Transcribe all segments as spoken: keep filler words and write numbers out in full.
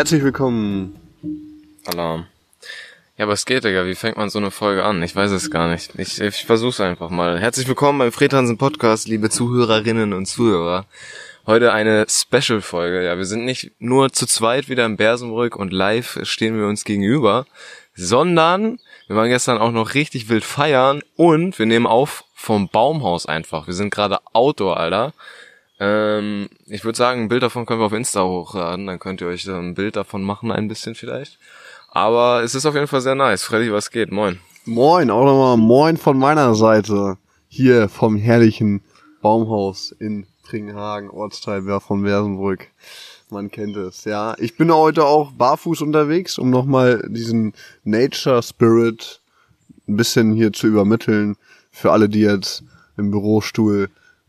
Herzlich willkommen. Alarm. Ja, was geht, Digga? Wie fängt man so eine Folge an? Ich weiß es gar nicht. Ich, ich versuch's einfach mal. Herzlich willkommen beim Fred Hansen Podcast, liebe Zuhörerinnen und Zuhörer. Heute eine Special-Folge. Ja, wir sind nicht nur zu zweit wieder im Bersenbrück und live stehen wir uns gegenüber, sondern wir waren gestern auch noch richtig wild feiern und wir nehmen auf vom Baumhaus einfach. Wir sind gerade Outdoor, Alter. Ähm, ich würde sagen, ein Bild davon können wir auf Insta hochladen, dann könnt ihr euch ein Bild davon machen, ein bisschen vielleicht. Aber es ist auf jeden Fall sehr nice. Freddy, was geht? Moin. Moin, auch nochmal moin von meiner Seite. Hier vom herrlichen Baumhaus in Tringenhagen, Ortsteil von Bersenbrück. Man kennt es, ja. Ich bin heute auch barfuß unterwegs, um nochmal diesen Nature Spirit ein bisschen hier zu übermitteln für alle, die jetzt im Bürostuhl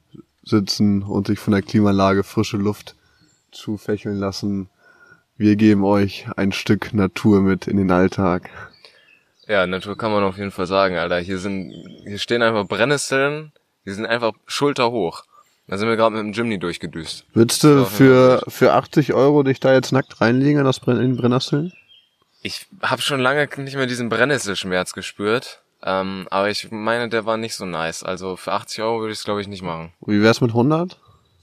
sitzen und sich von der Klimaanlage frische Luft zufächeln lassen. Wir geben euch ein Stück Natur mit in den Alltag. Ja, Natur kann man auf jeden Fall sagen, Alter. Hier sind, hier stehen einfach Brennnesseln, die sind einfach schulterhoch. Da sind wir gerade mit dem Jimny durchgedüst. Würdest du für für achtzig Euro dich da jetzt nackt reinlegen in, das Brenn, in den Brennnesseln? Ich habe schon lange nicht mehr diesen Brennnesselschmerz gespürt. Ähm, aber ich meine, der war nicht so nice. Also für achtzig Euro würde ich es, glaube ich, nicht machen. Wie wär's mit hundert?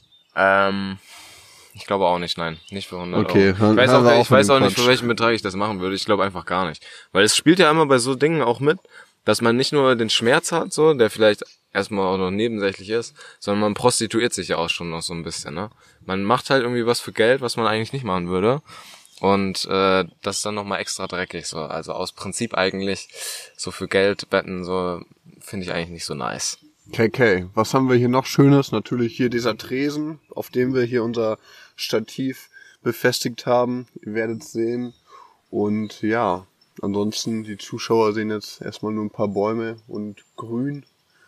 Ähm, ich glaube auch nicht, nein. Nicht für hundert okay, Euro. Ich weiß auch, auch, ich weiß auch nicht, für welchen Betrag ich das machen würde. Ich glaube einfach gar nicht. Weil es spielt ja immer bei so Dingen auch mit, dass man nicht nur den Schmerz hat, so, der vielleicht erstmal auch noch nebensächlich ist, sondern man prostituiert sich ja auch schon noch so ein bisschen, ne? Man macht halt irgendwie was für Geld, was man eigentlich nicht machen würde. Und äh, das ist dann nochmal extra dreckig, so. Also aus Prinzip eigentlich so für Geld betten, so finde ich eigentlich nicht so nice. K K, was haben wir hier noch Schönes? Natürlich hier dieser Tresen, auf dem wir hier unser Stativ befestigt haben. Ihr werdet es sehen. Und ja, ansonsten, die Zuschauer sehen jetzt erstmal nur ein paar Bäume und Grün.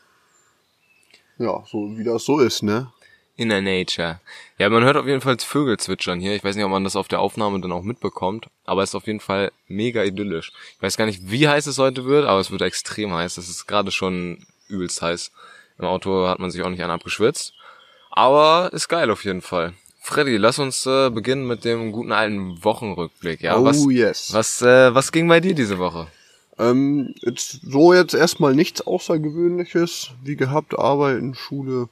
Ja, so wie das so ist, ne? Inner Nature. Ja, man hört auf jeden Fall Vögel zwitschern hier. Ich weiß nicht, ob man das auf der Aufnahme dann auch mitbekommt, aber es ist auf jeden Fall mega idyllisch. Ich weiß gar nicht, wie heiß es heute wird, aber es wird extrem heiß. Es ist gerade schon übelst heiß. Im Auto hat man sich auch nicht an abgeschwitzt. Aber ist geil auf jeden Fall. Freddy, lass uns äh, beginnen mit dem guten alten Wochenrückblick. Ja, oh was, yes. Was, äh, was ging bei dir diese Woche? Ähm, jetzt, so jetzt erstmal nichts Außergewöhnliches. Wie gehabt, Arbeiten, Schule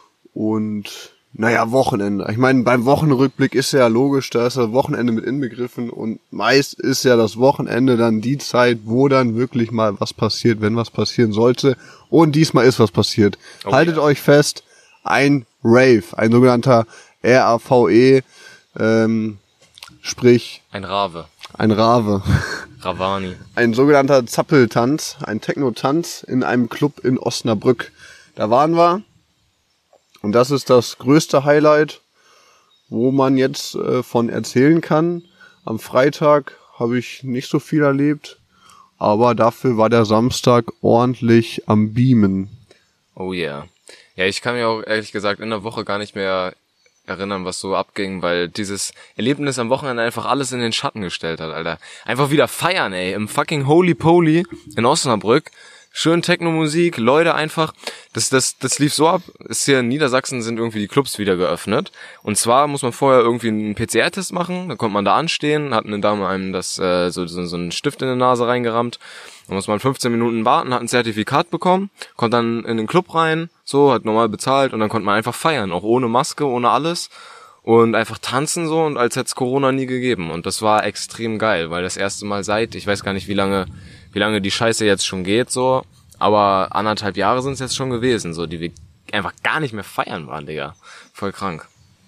und naja, Wochenende. Ich meine, beim Wochenrückblick ist ja logisch, da ist das Wochenende mit inbegriffen und meist ist ja das Wochenende dann die Zeit, wo dann wirklich mal was passiert, wenn was passieren sollte. Und diesmal ist was passiert. Oh, Haltet ja. euch fest, ein Rave, ein sogenannter R A V E, ähm, sprich... Ein Rave. Ein Rave. Ravani. Ein sogenannter Zappeltanz, ein Techno-Tanz in einem Club in Osnabrück. Da waren wir. Und das ist das größte Highlight, wo man jetzt äh, von erzählen kann. Am Freitag habe ich nicht so viel erlebt, aber dafür war der Samstag ordentlich am Beamen. Oh yeah. Ja, ich kann mir auch ehrlich gesagt in der Woche gar nicht mehr erinnern, was so abging, weil dieses Erlebnis am Wochenende einfach alles in den Schatten gestellt hat, Alter. Einfach wieder feiern, ey, im fucking Holy Poly in Osnabrück. Schön Techno-Musik, Leute einfach, das, das, das lief so ab, ist hier in Niedersachsen sind irgendwie die Clubs wieder geöffnet. Und zwar muss man vorher irgendwie einen P C R-Test machen, dann konnte man da anstehen, hat eine Dame einem das, äh, so, so, so einen Stift in die Nase reingerammt. Dann muss man fünfzehn Minuten warten, hat ein Zertifikat bekommen, konnte dann in den Club rein, so, hat normal bezahlt und dann konnte man einfach feiern, auch ohne Maske, ohne alles. Und einfach tanzen so und als hätte es Corona nie gegeben. Und das war extrem geil, weil das erste Mal seit, ich weiß gar nicht wie lange, wie lange die Scheiße jetzt schon geht, so, aber anderthalb Jahre sind es jetzt schon gewesen, so, die wir einfach gar nicht mehr feiern waren, Digga. Voll krank.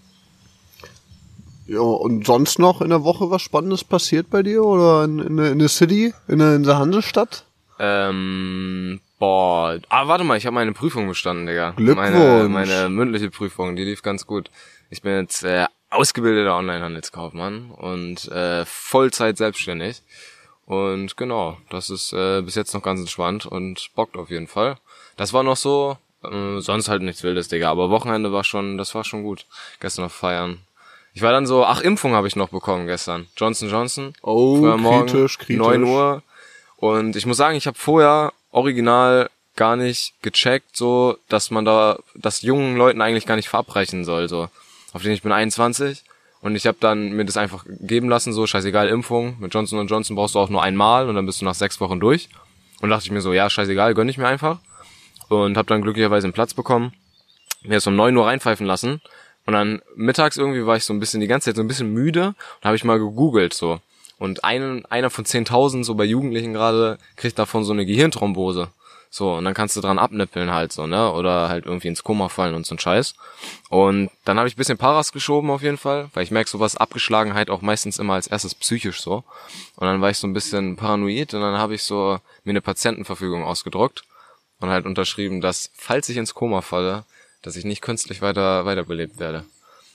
Ja, und sonst noch in der Woche was Spannendes passiert bei dir oder in, in, in der City, in der, in der Hansestadt? Ähm, boah, ah, warte mal, ich habe meine Prüfung bestanden, Digga. Glückwunsch. Meine, meine mündliche Prüfung, die lief ganz gut. Ich bin jetzt äh, ausgebildeter Onlinehandelskaufmann und äh, Vollzeit selbstständig. Und genau, das ist äh, bis jetzt noch ganz entspannt und bockt auf jeden Fall. Das war noch so, äh, sonst halt nichts Wildes, Digga. Aber Wochenende war schon, das war schon gut. Gestern noch feiern. Ich war dann so, ach, Impfung habe ich noch bekommen gestern. Johnson Johnson. Oh, Früher morgen, kritisch, kritisch. neun Uhr. Und ich muss sagen, ich habe vorher original gar nicht gecheckt, so, dass man da, dass jungen Leuten eigentlich gar nicht verabreichen soll, so. Auf den ich bin einundzwanzig Und ich habe dann mir das einfach geben lassen, so scheißegal, Impfung. Mit Johnson und Johnson brauchst du auch nur einmal und dann bist du nach sechs Wochen durch. Und dachte ich mir so, ja, scheißegal, gönn ich mir einfach. Und habe dann glücklicherweise einen Platz bekommen. Mir das um neun Uhr reinpfeifen lassen. Und dann mittags irgendwie war ich so ein bisschen, die ganze Zeit so ein bisschen müde. Und habe ich mal gegoogelt so. Und ein, einer von zehntausend, so bei Jugendlichen gerade, kriegt davon so eine Gehirnthrombose. So, und dann kannst du dran abnippeln halt so, ne? Oder halt irgendwie ins Koma fallen und so ein Scheiß. Und dann habe ich ein bisschen Paras geschoben auf jeden Fall, weil ich merke sowas, Abgeschlagenheit auch meistens immer als erstes psychisch so. Und dann war ich so ein bisschen paranoid und dann habe ich so mir eine Patientenverfügung ausgedruckt und halt unterschrieben, dass, falls ich ins Koma falle, dass ich nicht künstlich weiter weiterbelebt werde.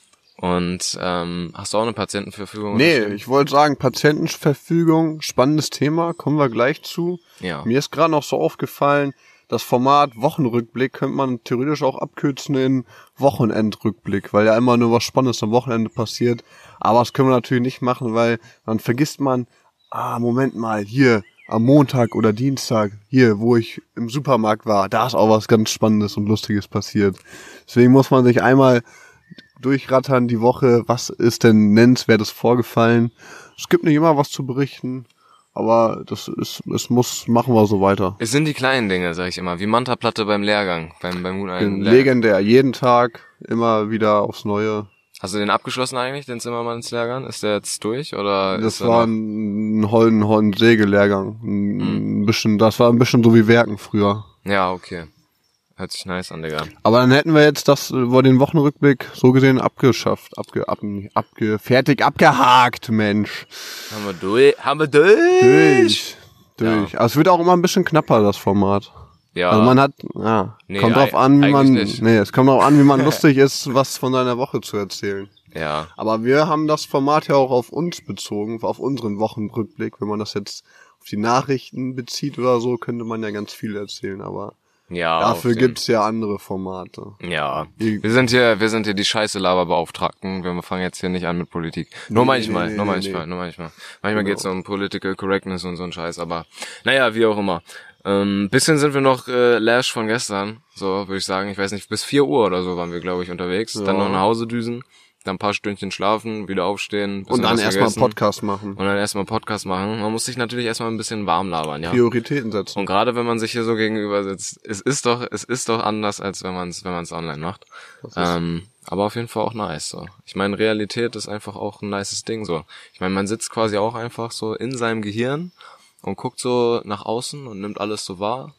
Und ähm, hast du auch eine Patientenverfügung? Nee, ich wollte sagen, Patientenverfügung, spannendes Thema, kommen wir gleich zu. Ja. Mir ist gerade noch so aufgefallen, das Format Wochenrückblick könnte man theoretisch auch abkürzen in Wochenendrückblick, weil ja immer nur was Spannendes am Wochenende passiert. Aber das können wir natürlich nicht machen, weil dann vergisst man, ah, Moment mal, hier am Montag oder Dienstag, hier, wo ich im Supermarkt war, da ist auch was ganz Spannendes und Lustiges passiert. Deswegen muss man sich einmal durchrattern die Woche, was ist denn Nennenswertes vorgefallen. Es gibt nicht immer was zu berichten, aber das ist, es muss, machen wir so weiter. Es sind die kleinen Dinge, sag ich immer, wie Manta-Platte beim Lehrgang, beim beim Lehrgang. Legendär, jeden Tag, immer wieder aufs Neue. Hast du den abgeschlossen eigentlich, den Zimmermanns Lehrgang? Ist der jetzt durch oder? Das war ein Hollen, Hollen Sägelehrgang. Ein hm. bisschen, das war ein bisschen so wie Werken früher. Ja, okay. Hört sich nice an, Digga. Aber dann hätten wir jetzt das über den Wochenrückblick so gesehen abgeschafft, abge, ab, abge, fertig, abgehakt, Mensch. Haben wir durch, haben wir durch. Durch, durch. Ja. Aber es wird auch immer ein bisschen knapper, das Format. Ja. Also man hat, ja, nee, kommt drauf an, wie man, nicht. nee, es kommt drauf an, wie man lustig ist, was von seiner Woche zu erzählen. Ja. Aber wir haben das Format ja auch auf uns bezogen, auf unseren Wochenrückblick. Wenn man das jetzt auf die Nachrichten bezieht oder so, könnte man ja ganz viel erzählen, aber ja, dafür gibt's ja andere Formate. Ja. Wir sind hier, wir sind hier die scheiße Laberbeauftragten. Wir fangen jetzt hier nicht an mit Politik. Nur nee, manchmal, nee, nur nee, manchmal, nee. nur manchmal. Manchmal Genau. geht's um Political Correctness und so ein Scheiß, aber naja, wie auch immer. Ähm, bisschen sind wir noch äh, Lash von gestern, so würde ich sagen. Ich weiß nicht, bis vier Uhr oder so waren wir, glaube ich, unterwegs. Ja. Dann noch nach Hause düsen, dann ein paar Stündchen schlafen, wieder aufstehen. Und dann erstmal einen gegessen. Podcast machen. Und dann erstmal Podcast machen. Man muss sich natürlich erstmal ein bisschen warm labern, ja. Prioritäten setzen. Und gerade wenn man sich hier so gegenüber sitzt, es ist doch, es ist doch anders, als wenn man es, wenn man es online macht. Ähm, aber auf jeden Fall auch nice, so. Ich meine, Realität ist einfach auch ein nices Ding, so. Ich meine, man sitzt quasi auch einfach so in seinem Gehirn und guckt so nach außen und nimmt alles so wahr.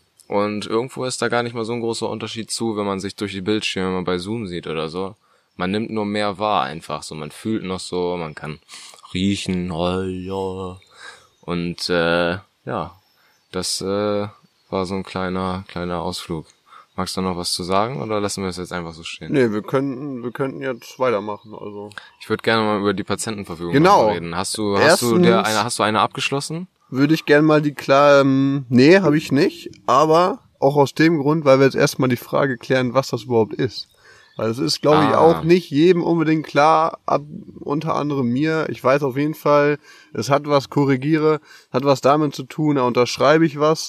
Und irgendwo ist da gar nicht mal so ein großer Unterschied zu, wenn man sich durch die Bildschirme bei Zoom sieht oder so. Man nimmt nur mehr wahr einfach, so. Man fühlt noch so, man kann riechen, oh ja. Und, äh, ja, das, äh, war so ein kleiner, kleiner Ausflug. Magst du noch was zu sagen oder lassen wir es jetzt einfach so stehen? Nee, wir könnten, wir könnten jetzt weitermachen, also. Ich würde gerne mal über die Patientenverfügung Genau. reden. Hast du, hast du der Erstens eine, hast du eine abgeschlossen? Würde ich gerne mal die klar, ähm, nee, habe ich nicht, aber auch aus dem Grund, weil wir jetzt erstmal die Frage klären, was das überhaupt ist. Weil es ist, glaube ich, Ah. auch nicht jedem unbedingt klar, ab, unter anderem mir. Ich weiß auf jeden Fall, es hat was, korrigiere, hat was damit zu tun, da unterschreibe ich was,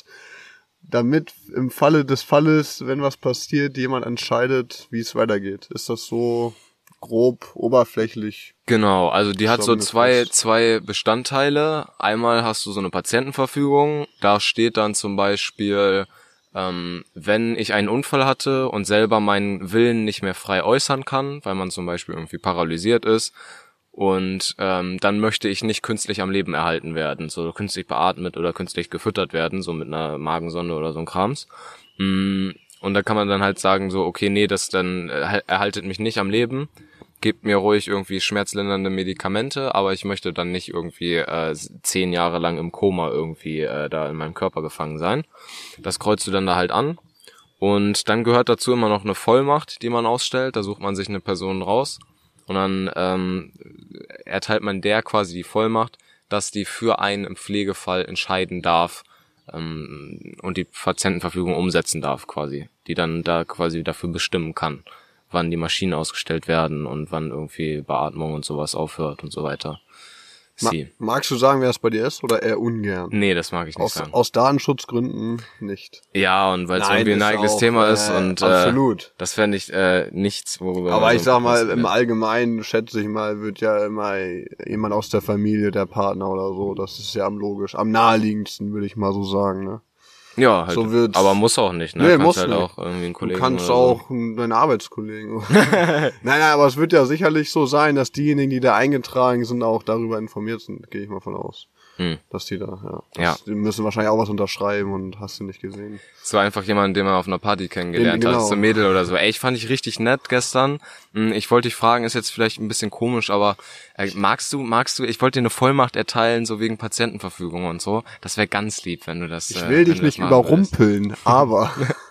damit im Falle des Falles, wenn was passiert, jemand entscheidet, wie es weitergeht. Ist das so grob, oberflächlich? Genau, also die hat so zwei, Zusammengefasst. zwei Bestandteile. Einmal hast du so eine Patientenverfügung, da steht dann zum Beispiel, ähm, wenn ich einen Unfall hatte und selber meinen Willen nicht mehr frei äußern kann, weil man zum Beispiel irgendwie paralysiert ist, und ähm, dann möchte ich nicht künstlich am Leben erhalten werden, so künstlich beatmet oder künstlich gefüttert werden, so mit einer Magensonde oder so ein Krams. Mm, und da kann man dann halt sagen so, okay, nee, das dann äh, erhaltet mich nicht am Leben, gebt mir ruhig irgendwie schmerzlindernde Medikamente, aber ich möchte dann nicht irgendwie äh, zehn Jahre lang im Koma irgendwie äh, da in meinem Körper gefangen sein. Das kreuzt du dann da halt an. Und dann gehört dazu immer noch eine Vollmacht, die man ausstellt. Da sucht man sich eine Person raus. Und dann ähm, erteilt man der quasi die Vollmacht, dass die für einen im Pflegefall entscheiden darf ähm, und die Patientenverfügung umsetzen darf quasi. Die dann da quasi dafür bestimmen kann, wann die Maschinen ausgestellt werden und wann irgendwie Beatmung und sowas aufhört und so weiter. Ma- Sie. Magst du sagen, wer es bei dir ist oder eher ungern? Nee, das mag ich nicht Aus, sagen. aus Datenschutzgründen nicht. Ja, und weil es Nein, irgendwie ein ist eigenes auch, Thema äh, ist und absolut. Äh, das fände ich äh, nichts, worüber Aber man ich so sag mal, redet. im Allgemeinen, schätze ich mal, wird ja immer jemand aus der Familie, der Partner oder so. Das ist ja am logisch, am naheliegendsten, würde ich mal so sagen, ne? Ja, halt. So wird's. Aber muss auch nicht, ne? Nee, Kannst muss halt nicht. auch irgendwie einen Kollegen Du kannst oder auch so. deinen Arbeitskollegen. nein, nein, aber es wird ja sicherlich so sein, dass diejenigen, die da eingetragen sind, auch darüber informiert sind, gehe ich mal von aus. Hm. Dass die da, ja. Das, Ja. Die müssen wahrscheinlich auch was unterschreiben und hast du nicht gesehen. So einfach jemand, den man auf einer Party kennengelernt Genau. hat, so ein Mädel oder so. Ey, ich fand dich richtig nett gestern. Hm, Ich wollte dich fragen, ist jetzt vielleicht ein bisschen komisch, aber äh, magst du, magst du, ich wollte dir eine Vollmacht erteilen, so wegen Patientenverfügung und so. Das wäre ganz lieb, wenn du das Ich äh, will wenn dich du das nicht machen würdest. überrumpeln, aber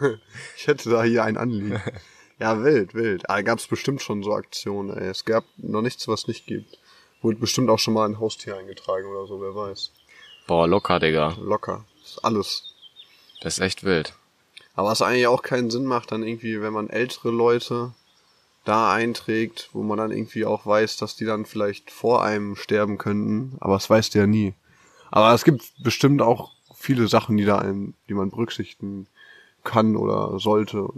ich hätte da hier ein Anliegen. Ja, wild, wild. Da gab's bestimmt schon so Aktionen, ey. Es gab noch nichts, was nicht gibt. Wurde bestimmt auch schon mal ein Haustier eingetragen oder so, wer weiß. Boah, locker, Digga. Locker. Ist alles. Das ist echt wild. Aber was eigentlich auch keinen Sinn macht, dann irgendwie, wenn man ältere Leute da einträgt, wo man dann irgendwie auch weiß, dass die dann vielleicht vor einem sterben könnten, aber das weißt du ja nie. Aber es gibt bestimmt auch viele Sachen, die da einem, die man berücksichtigen kann oder sollte.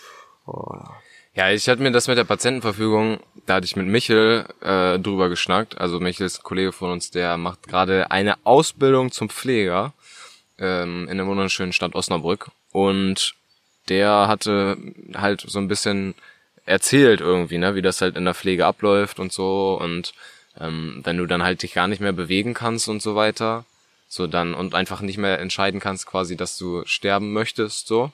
Oh, ja. Ja, ich hatte mir das mit der Patientenverfügung, da hatte ich mit Michel äh, drüber geschnackt. Also Michel ist ein Kollege von uns, der macht gerade eine Ausbildung zum Pfleger ähm, in der wunderschönen Stadt Osnabrück. Und der hatte halt so ein bisschen erzählt irgendwie, ne, wie das halt in der Pflege abläuft und so. Und ähm, wenn du dann halt dich gar nicht mehr bewegen kannst und so weiter, so dann und einfach nicht mehr entscheiden kannst quasi, dass du sterben möchtest, so.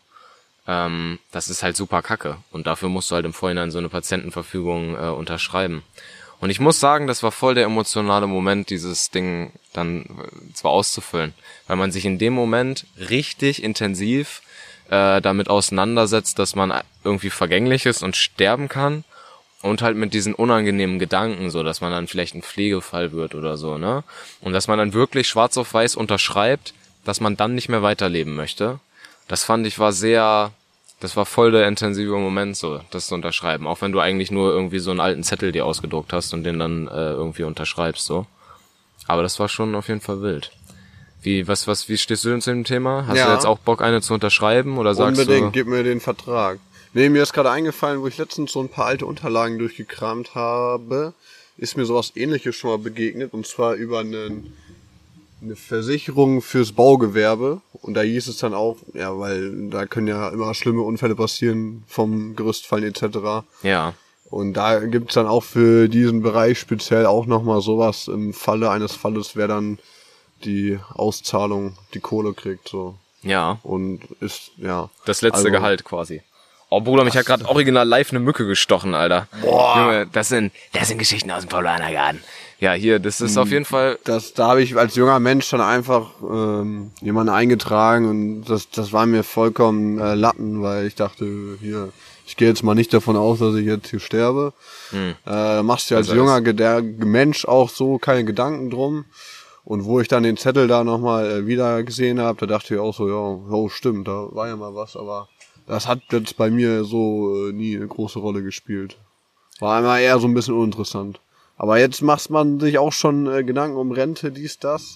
Ähm, das ist halt super kacke. Und dafür musst du halt im Vorhinein so eine Patientenverfügung äh, unterschreiben. Und ich muss sagen, das war voll der emotionale Moment, dieses Ding dann äh, zwar auszufüllen. Weil man sich in dem Moment richtig intensiv äh, damit auseinandersetzt, dass man irgendwie vergänglich ist und sterben kann. Und halt mit diesen unangenehmen Gedanken, so dass man dann vielleicht ein Pflegefall wird oder so, ne? Und dass man dann wirklich schwarz auf weiß unterschreibt, dass man dann nicht mehr weiterleben möchte. Das fand ich war sehr, das war voll der intensive Moment, so, das zu unterschreiben. Auch wenn du eigentlich nur irgendwie so einen alten Zettel dir ausgedruckt hast und den dann äh, irgendwie unterschreibst, so. Aber das war schon auf jeden Fall wild. Wie, was, was, wie stehst du denn zu dem Thema? Hast Ja. du jetzt auch Bock, eine zu unterschreiben oder sagst Unbedingt, du? gib mir den Vertrag. Nee, mir ist gerade eingefallen, wo ich letztens so ein paar alte Unterlagen durchgekramt habe, ist mir sowas Ähnliches schon mal begegnet, und zwar über einen, eine Versicherung fürs Baugewerbe. Und da hieß es dann auch, ja, weil da können ja immer schlimme Unfälle passieren, vom Gerüst fallen et cetera. Ja. Und da gibt's dann auch für diesen Bereich speziell auch nochmal sowas im Falle eines Falles, wer dann die Auszahlung, die Kohle kriegt, so. Ja. Und ist, ja. Das letzte Also- Gehalt quasi. Oh Bruder, mich hat gerade original live eine Mücke gestochen, Alter. Boah. Junge, das sind, das sind Geschichten aus dem Paulanergarten. Ja, hier, das ist auf jeden Fall, Das, da habe ich als junger Mensch dann einfach ähm, jemanden eingetragen, und das, das war mir vollkommen äh, Latten, weil ich dachte, hier, ich gehe jetzt mal nicht davon aus, dass ich jetzt hier sterbe. Hm. Äh, machst dir als Besser junger Geder- Mensch auch so keine Gedanken drum. Und wo ich dann den Zettel da nochmal äh, wieder gesehen habe, da dachte ich auch so, ja, oh, stimmt, da war ja mal was, aber das hat jetzt bei mir so äh, nie eine große Rolle gespielt. War immer eher so ein bisschen uninteressant. Aber jetzt macht man sich auch schon äh, Gedanken um Rente, dies, das.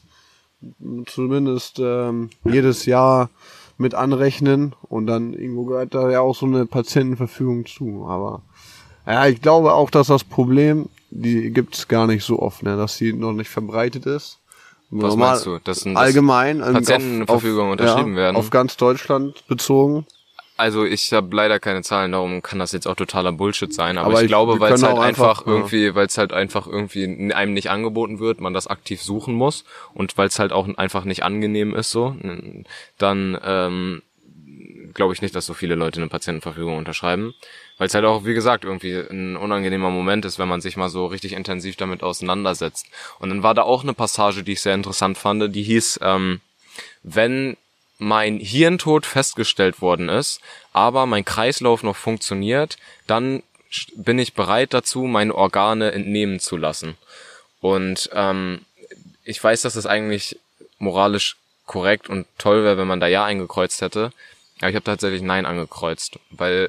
Zumindest ähm, jedes Jahr mit anrechnen, und dann irgendwo gehört da ja auch so eine Patientenverfügung zu. Aber ja, ich glaube auch, dass das Problem, die gibt's gar nicht so oft, ne, dass sie noch nicht verbreitet ist. was Normal- meinst du? Das sind das Allgemein ähm, Patientenverfügungen auf, unterschrieben ja, werden? auf ganz Deutschland bezogen. Also ich habe leider keine Zahlen, darum kann das jetzt auch totaler Bullshit sein, aber, Aber ich, ich- glaube, wir weil es können halt auch einfach, einfach, ja. irgendwie, weil es halt einfach irgendwie einem nicht angeboten wird, man das aktiv suchen muss, und weil es halt auch einfach nicht angenehm ist, so, dann ähm, glaube ich nicht, dass so viele Leute eine Patientenverfügung unterschreiben, weil es halt auch, wie gesagt, irgendwie ein unangenehmer Moment ist, wenn man sich mal so richtig intensiv damit auseinandersetzt. Und dann war da auch eine Passage, die ich sehr interessant fand, die hieß, ähm, wenn mein Hirntod festgestellt worden ist, aber mein Kreislauf noch funktioniert, dann bin ich bereit dazu, meine Organe entnehmen zu lassen. Und ähm, ich weiß, dass das eigentlich moralisch korrekt und toll wäre, wenn man da Ja eingekreuzt hätte, aber ich habe tatsächlich Nein angekreuzt, weil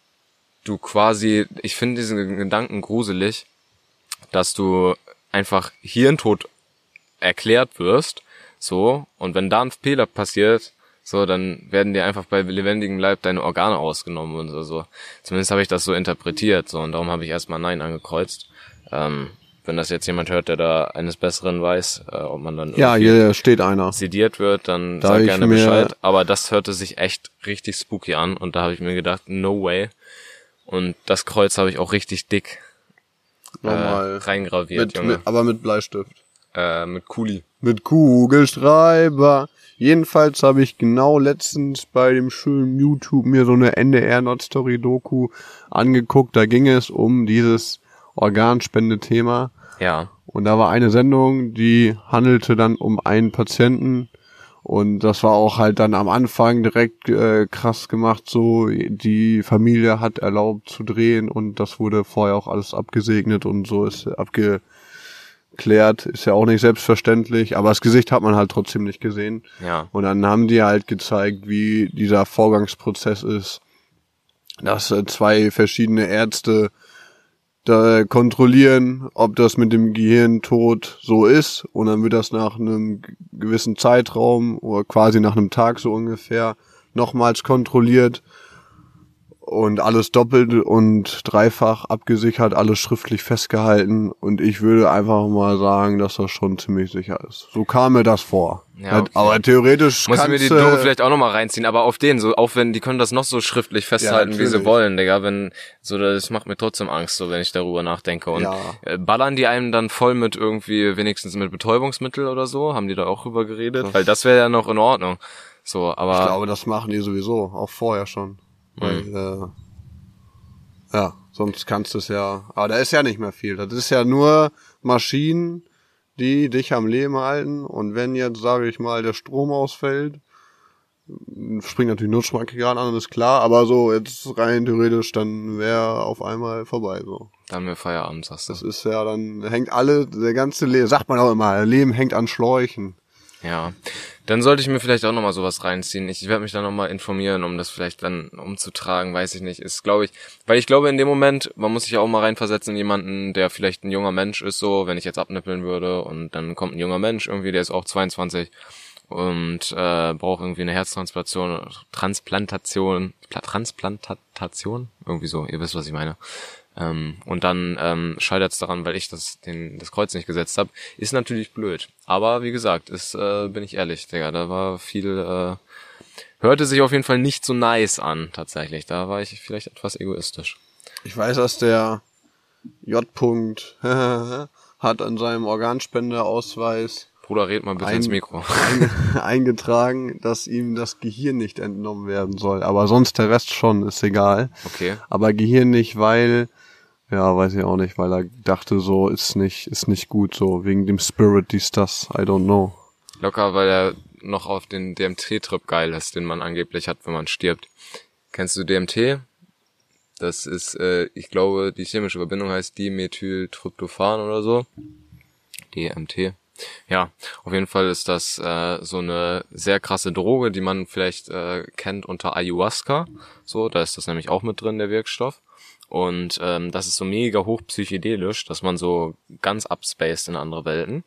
du quasi, ich finde diesen Gedanken gruselig, dass du einfach Hirntod erklärt wirst, so, und wenn da ein Fehler passiert, so, dann werden dir einfach bei lebendigem Leib deine Organe ausgenommen und so, so. Zumindest habe ich das so interpretiert, so, und darum habe ich erstmal Nein angekreuzt. Ähm, wenn das jetzt jemand hört, der da eines Besseren weiß, äh, ob man dann ja, hier steht einer. sediert wird, dann Da sag ich gerne mir- Bescheid. Aber das hörte sich echt richtig spooky an und da habe ich mir gedacht, no way. Und das Kreuz habe ich auch richtig dick äh, Nochmal. reingraviert, Mit, Junge. mit, aber mit Bleistift. Äh, mit Kuli. Mit Kugelschreiber. Jedenfalls habe ich genau letztens bei dem schönen YouTube mir so eine N D R-Not-Story-Doku angeguckt. Da ging es um dieses Organspende-Thema. Ja. Und da war eine Sendung, die handelte dann um einen Patienten. Und das war auch halt dann am Anfang direkt äh, krass gemacht, so die Familie hat erlaubt zu drehen und das wurde vorher auch alles abgesegnet und so ist abgeklärt, ist ja auch nicht selbstverständlich, aber das Gesicht hat man halt trotzdem nicht gesehen. Ja. Und dann haben die halt gezeigt, wie dieser Vorgangsprozess ist, dass äh, zwei verschiedene Ärzte da kontrollieren, ob das mit dem Gehirntod so ist und dann wird das nach einem g- gewissen Zeitraum oder quasi nach einem Tag so ungefähr nochmals kontrolliert und alles doppelt und dreifach abgesichert, alles schriftlich festgehalten und ich würde einfach mal sagen, dass das schon ziemlich sicher ist. So kam mir das vor. Ja, okay. Aber theoretisch Muss ich mir die kannst, Doku äh, vielleicht auch nochmal reinziehen, aber auf den, so, auch wenn, die können das noch so schriftlich festhalten, wie sie natürlich. wollen, Digga, wenn, so, das macht mir trotzdem Angst, so, wenn ich darüber nachdenke. Und Ja. äh, ballern die einem dann voll mit irgendwie, wenigstens mit Betäubungsmittel oder so? Haben die da auch drüber geredet? Das- Weil das wäre ja noch in Ordnung. So, aber. Ich glaube, das machen die sowieso, auch vorher schon. Weil, äh, ja, sonst kannst du es ja, aber da ist ja nicht mehr viel. Das ist ja nur Maschinen, die dich am Leben halten und wenn jetzt, sage ich mal, der Strom ausfällt, springt natürlich Nutzschmackgrad an, ist klar, aber so jetzt rein theoretisch, dann wäre auf einmal vorbei, so. Dann wir Feierabend, sagst du. Das ist ja dann, hängt alle, der ganze Leben, sagt man auch immer, Leben hängt an Schläuchen. Ja, dann sollte ich mir vielleicht auch nochmal sowas reinziehen. Ich werde mich da nochmal informieren, um das vielleicht dann umzutragen, weiß ich nicht. Ist, glaube ich, weil ich glaube in dem Moment, man muss sich ja auch mal reinversetzen in jemanden, der vielleicht ein junger Mensch ist, so, wenn ich jetzt abnippeln würde und dann kommt ein junger Mensch irgendwie, der ist auch zweiundzwanzig und äh, braucht irgendwie eine Herztransplantation, Transplantation, Pla- Transplantation, irgendwie so, ihr wisst, was ich meine. Ähm, und dann ähm, scheitert es daran, weil ich das den das Kreuz nicht gesetzt habe, ist natürlich blöd. Aber wie gesagt, ist äh, bin ich ehrlich, Digga, da war viel, äh, hörte sich auf jeden Fall nicht so nice an, tatsächlich. Da war ich vielleicht etwas egoistisch. Ich weiß, dass der J. -Punkt hat an seinem Organspendeausweis Bruder, red mal bitte Ein- ins Mikro. ein- eingetragen, dass ihm das Gehirn nicht entnommen werden soll. Aber sonst der Rest schon, ist egal. Okay. Aber Gehirn nicht, weil, ja, weiß ich auch nicht, weil er dachte so, ist nicht, ist nicht gut so, wegen dem Spirit, dies, das, I don't know. Locker, weil er noch auf den D M T-Trip geil ist, den man angeblich hat, wenn man stirbt. Kennst du D M T? Das ist, äh, ich glaube, die chemische Verbindung heißt Dimethyltryptophan oder so. D M T. Ja, auf jeden Fall ist das äh, so eine sehr krasse Droge, die man vielleicht äh, kennt unter Ayahuasca. So, da ist das nämlich auch mit drin, der Wirkstoff. Und ähm, das ist so mega hoch psychedelisch, dass man so ganz upspaced in andere Welten.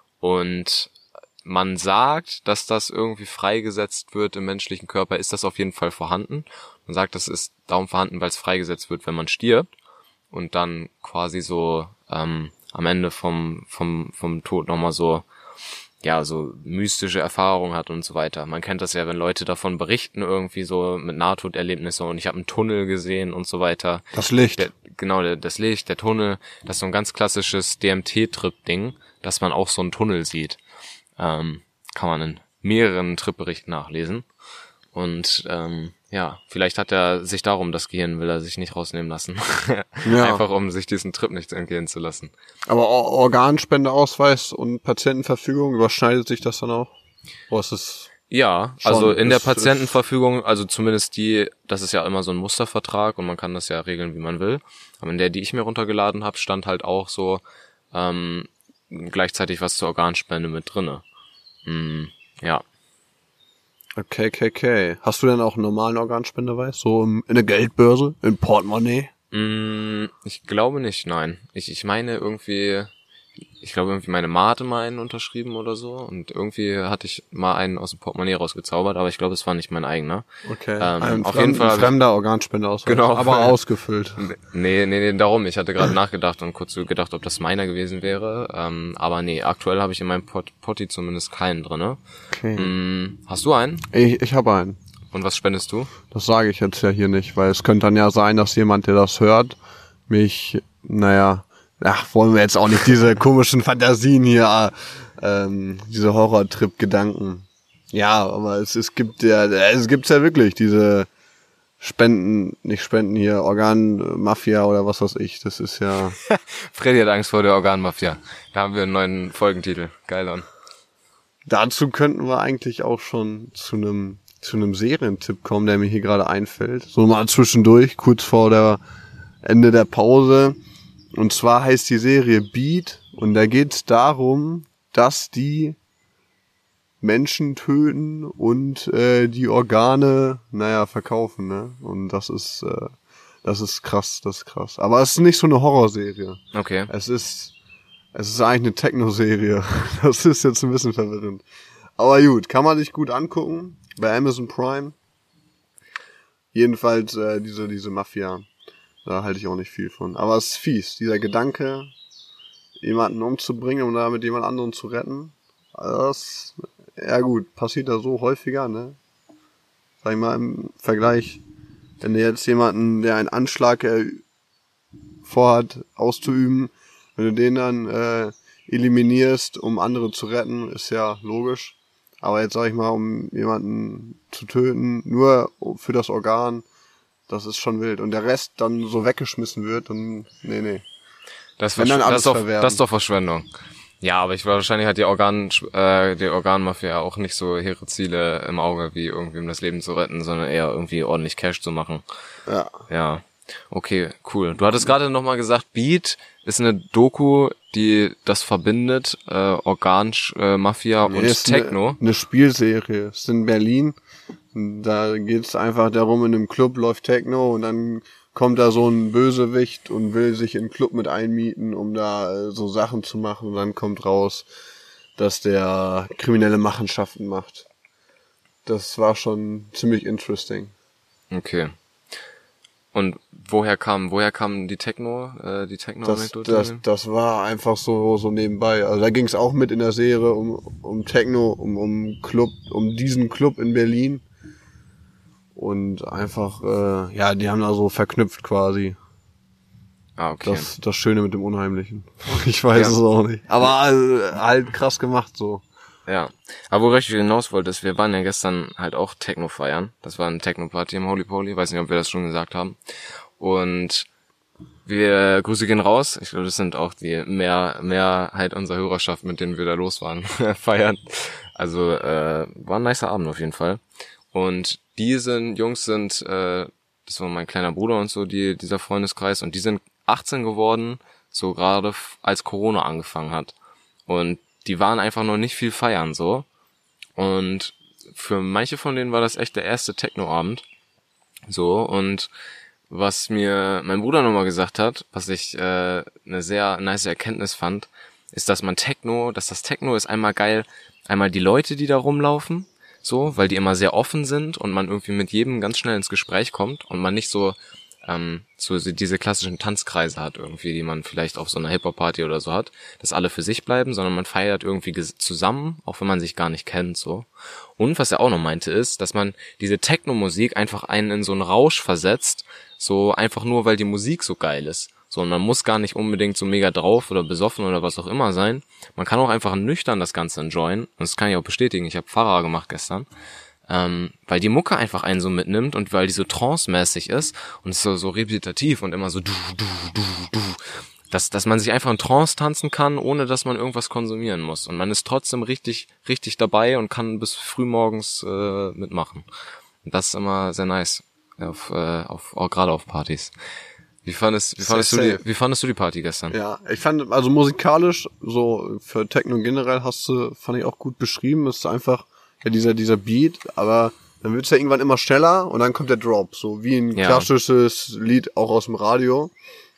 Und man sagt, dass das irgendwie freigesetzt wird im menschlichen Körper, ist das auf jeden Fall vorhanden. Man sagt, das ist darum vorhanden, weil es freigesetzt wird, wenn man stirbt und dann quasi so ähm, am Ende vom vom vom Tod nochmal so, ja, so mystische Erfahrungen hat und so weiter. Man kennt das ja, wenn Leute davon berichten, irgendwie so mit Nahtoderlebnissen und ich habe einen Tunnel gesehen und so weiter. Das Licht. Der, genau, der, das Licht, der Tunnel, das ist so ein ganz klassisches D M T-Trip-Ding, dass man auch so einen Tunnel sieht. Ähm, kann man in mehreren Trip-Berichten nachlesen. Und ähm, ja, vielleicht hat er sich darum, das Gehirn will er sich nicht rausnehmen lassen. Ja. Einfach um sich diesen Trip nicht entgehen zu lassen. Aber Or- Organspendeausweis und Patientenverfügung, überschneidet sich das dann auch? Oder ist es Ja, Schon, also in der ist- Patientenverfügung, also zumindest die, das ist ja immer so ein Mustervertrag und man kann das ja regeln, wie man will. Aber in der, die ich mir runtergeladen habe, stand halt auch so ähm, gleichzeitig was zur Organspende mit drinne. Hm, ja. Okay, okay, okay. Hast du denn auch einen normalen Organspendeweis? So im, in der Geldbörse? In Portemonnaie? Mm, ich glaube nicht, nein. Ich, ich meine irgendwie, ich glaube irgendwie meine Ma hatte mal einen unterschrieben oder so und irgendwie hatte ich mal einen aus dem Portemonnaie rausgezaubert, aber ich glaube, es war nicht mein eigener. Okay, Ähm, ein auf fremd, jeden Fall ein fremder Organspendeausweis, genau, aber ausgefüllt. Nee, nee, nee, darum. Ich hatte gerade nachgedacht und kurz so gedacht, ob das meiner gewesen wäre. Ähm, aber nee, aktuell habe ich in meinem Pot Potti zumindest keinen drinne. Okay. Hm, hast du einen? Ich, ich habe einen. Und was spendest du? Das sage ich jetzt ja hier nicht, weil es könnte dann ja sein, dass jemand, der das hört, mich, naja, ach, wollen wir jetzt auch nicht diese komischen Fantasien hier, ähm, diese Horrortrip-Gedanken. Ja, aber es, es gibt ja, es gibt's ja wirklich, diese Spenden, nicht Spenden hier, Organmafia oder was weiß ich, das ist ja... Freddy hat Angst vor der Organmafia. Da haben wir einen neuen Folgentitel. Geil an. Dazu könnten wir eigentlich auch schon zu einem zu einem Serientipp kommen, der mir hier gerade einfällt. So mal zwischendurch, kurz vor der Ende der Pause. Und zwar heißt die Serie Beat und da geht es darum, dass die Menschen töten und äh, die Organe, naja, verkaufen, ne? Und das ist, äh, das ist krass, das ist krass. Aber es ist nicht so eine Horrorserie. Okay. Es ist, es ist eigentlich eine Techno-Serie. Das ist jetzt ein bisschen verwirrend. Aber gut, kann man sich gut angucken bei Amazon Prime. Jedenfalls äh, diese diese Mafia, da halte ich auch nicht viel von. Aber es ist fies, dieser Gedanke, jemanden umzubringen und damit jemand anderen zu retten. Also das, ja gut, passiert da so häufiger, ne? Sag ich mal im Vergleich, wenn du jetzt jemanden, der einen Anschlag äh, vorhat auszuüben, wenn du den dann äh, eliminierst, um andere zu retten, ist ja logisch. Aber jetzt sag ich mal, um jemanden zu töten, nur für das Organ, das ist schon wild. Und der Rest dann so weggeschmissen wird, dann, nee, nee. Das, Wenn dann das, alles ist doch, verwerten. das ist doch Verschwendung. Ja, aber ich wahrscheinlich hat die Organ, äh, die Organmafia auch nicht so hehre Ziele im Auge, wie irgendwie um das Leben zu retten, sondern eher irgendwie ordentlich Cash zu machen. Ja. Ja. Okay, cool. Du hattest gerade nochmal gesagt, Beat ist eine Doku, die das verbindet, äh, Organmafia Nee, und ist Techno. Eine, eine Spielserie. Es ist in Berlin. Da geht's einfach darum, in einem Club läuft Techno und dann kommt da so ein Bösewicht und will sich in den Club mit einmieten, um da äh, so Sachen zu machen. Und dann kommt raus, dass der kriminelle Machenschaften macht. Das war schon ziemlich interesting. Okay. Und woher kam, woher kam die Techno, äh, die Das, Techno-Anekdote? das, das war einfach so so nebenbei. Also da ging's auch mit in der Serie um um Techno, um um Club, um diesen Club in Berlin. Und einfach, äh, ja, die haben da so verknüpft quasi. Ah, okay. Das, das Schöne mit dem Unheimlichen. Ich weiß Ja. es auch nicht. Aber äh, halt krass gemacht so. Ja. Aber worauf ich hinaus wollte, ist, wir waren ja gestern halt auch Techno feiern. Das war eine Techno-Party im Holy Poly. Weiß nicht, ob wir das schon gesagt haben. Und wir, Grüße gehen raus. Ich glaube, das sind auch die mehr, Mehrheit unserer Hörerschaft, mit denen wir da los waren, feiern. Also, äh, war ein nicer Abend auf jeden Fall. Und diese Jungs sind, äh, das war mein kleiner Bruder und so, die, dieser Freundeskreis, und die sind achtzehn geworden, so gerade f- als Corona angefangen hat. Und die waren einfach noch nicht viel feiern, so. Und für manche von denen war das echt der erste Techno-Abend. So, und was mir mein Bruder nochmal gesagt hat, was ich äh, eine sehr nice Erkenntnis fand, ist, dass man Techno, dass das Techno ist einmal geil, einmal die Leute, die da rumlaufen, so, weil die immer sehr offen sind und man irgendwie mit jedem ganz schnell ins Gespräch kommt und man nicht so ähm, so diese klassischen Tanzkreise hat irgendwie, die man vielleicht auf so einer Hip-Hop-Party oder so hat, dass alle für sich bleiben, sondern man feiert irgendwie ges- zusammen, auch wenn man sich gar nicht kennt, so. Und was er auch noch meinte ist, dass man diese Techno-Musik einfach einen in so einen Rausch versetzt, so einfach nur, weil die Musik so geil ist. So, und man muss gar nicht unbedingt so mega drauf oder besoffen oder was auch immer sein. Man kann auch einfach nüchtern das Ganze enjoyen. Und das kann ich auch bestätigen. Ich habe Fahrer gemacht gestern. Ähm, weil die Mucke einfach einen so mitnimmt und weil die so trance-mäßig ist und so, so repetitiv und immer so du, du, du, du. Dass, dass man sich einfach in Trance tanzen kann, ohne dass man irgendwas konsumieren muss. Und man ist trotzdem richtig, richtig dabei und kann bis frühmorgens äh, mitmachen. Und das ist immer sehr nice. Auf, äh, auf, auch gerade auf Partys. Wie fandest, wie fandest du die, wie fandest du die Party gestern? Ja, ich fand, also musikalisch, so für Techno generell hast du, fand ich auch gut beschrieben, ist einfach, ja, dieser, dieser Beat, aber dann wird's ja irgendwann immer schneller und dann kommt der Drop, so wie ein Ja. klassisches Lied auch aus dem Radio.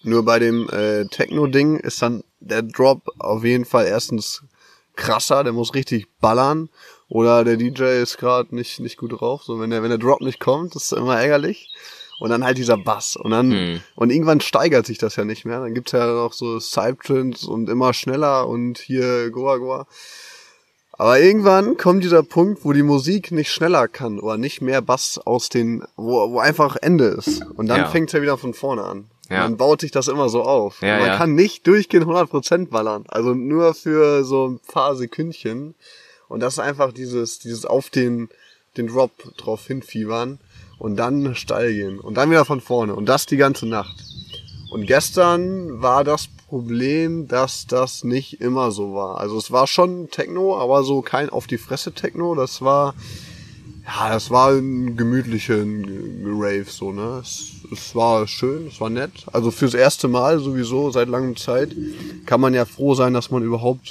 Nur bei dem äh, Techno-Ding ist dann der Drop auf jeden Fall erstens krasser, der muss richtig ballern. Oder der D J ist gerade nicht nicht gut drauf. So, wenn der wenn der Drop nicht kommt, das ist immer ärgerlich. Und dann halt dieser Bass. Und dann hm. und irgendwann steigert sich das ja nicht mehr. Dann gibt's ja noch so Psytrance und immer schneller und hier Goa Goa. Aber irgendwann kommt dieser Punkt, wo die Musik nicht schneller kann oder nicht mehr Bass aus den, wo wo einfach Ende ist. Und dann ja. fängt's ja wieder von vorne an. Ja. Und dann baut sich das immer so auf. Ja, man ja. kann nicht durchgehend hundert Prozent ballern. Also nur für so ein paar Sekündchen. Und das ist einfach dieses, dieses auf den, den Drop drauf hinfiebern und dann steil gehen und dann wieder von vorne und das die ganze Nacht. Und gestern war das Problem, dass das nicht immer so war. Also es war schon Techno, aber so kein auf die Fresse Techno. Das war, ja, das war ein gemütlicher Rave, so, ne. Es, es war schön, es war nett. Also fürs erste Mal sowieso seit langer Zeit kann man ja froh sein, dass man überhaupt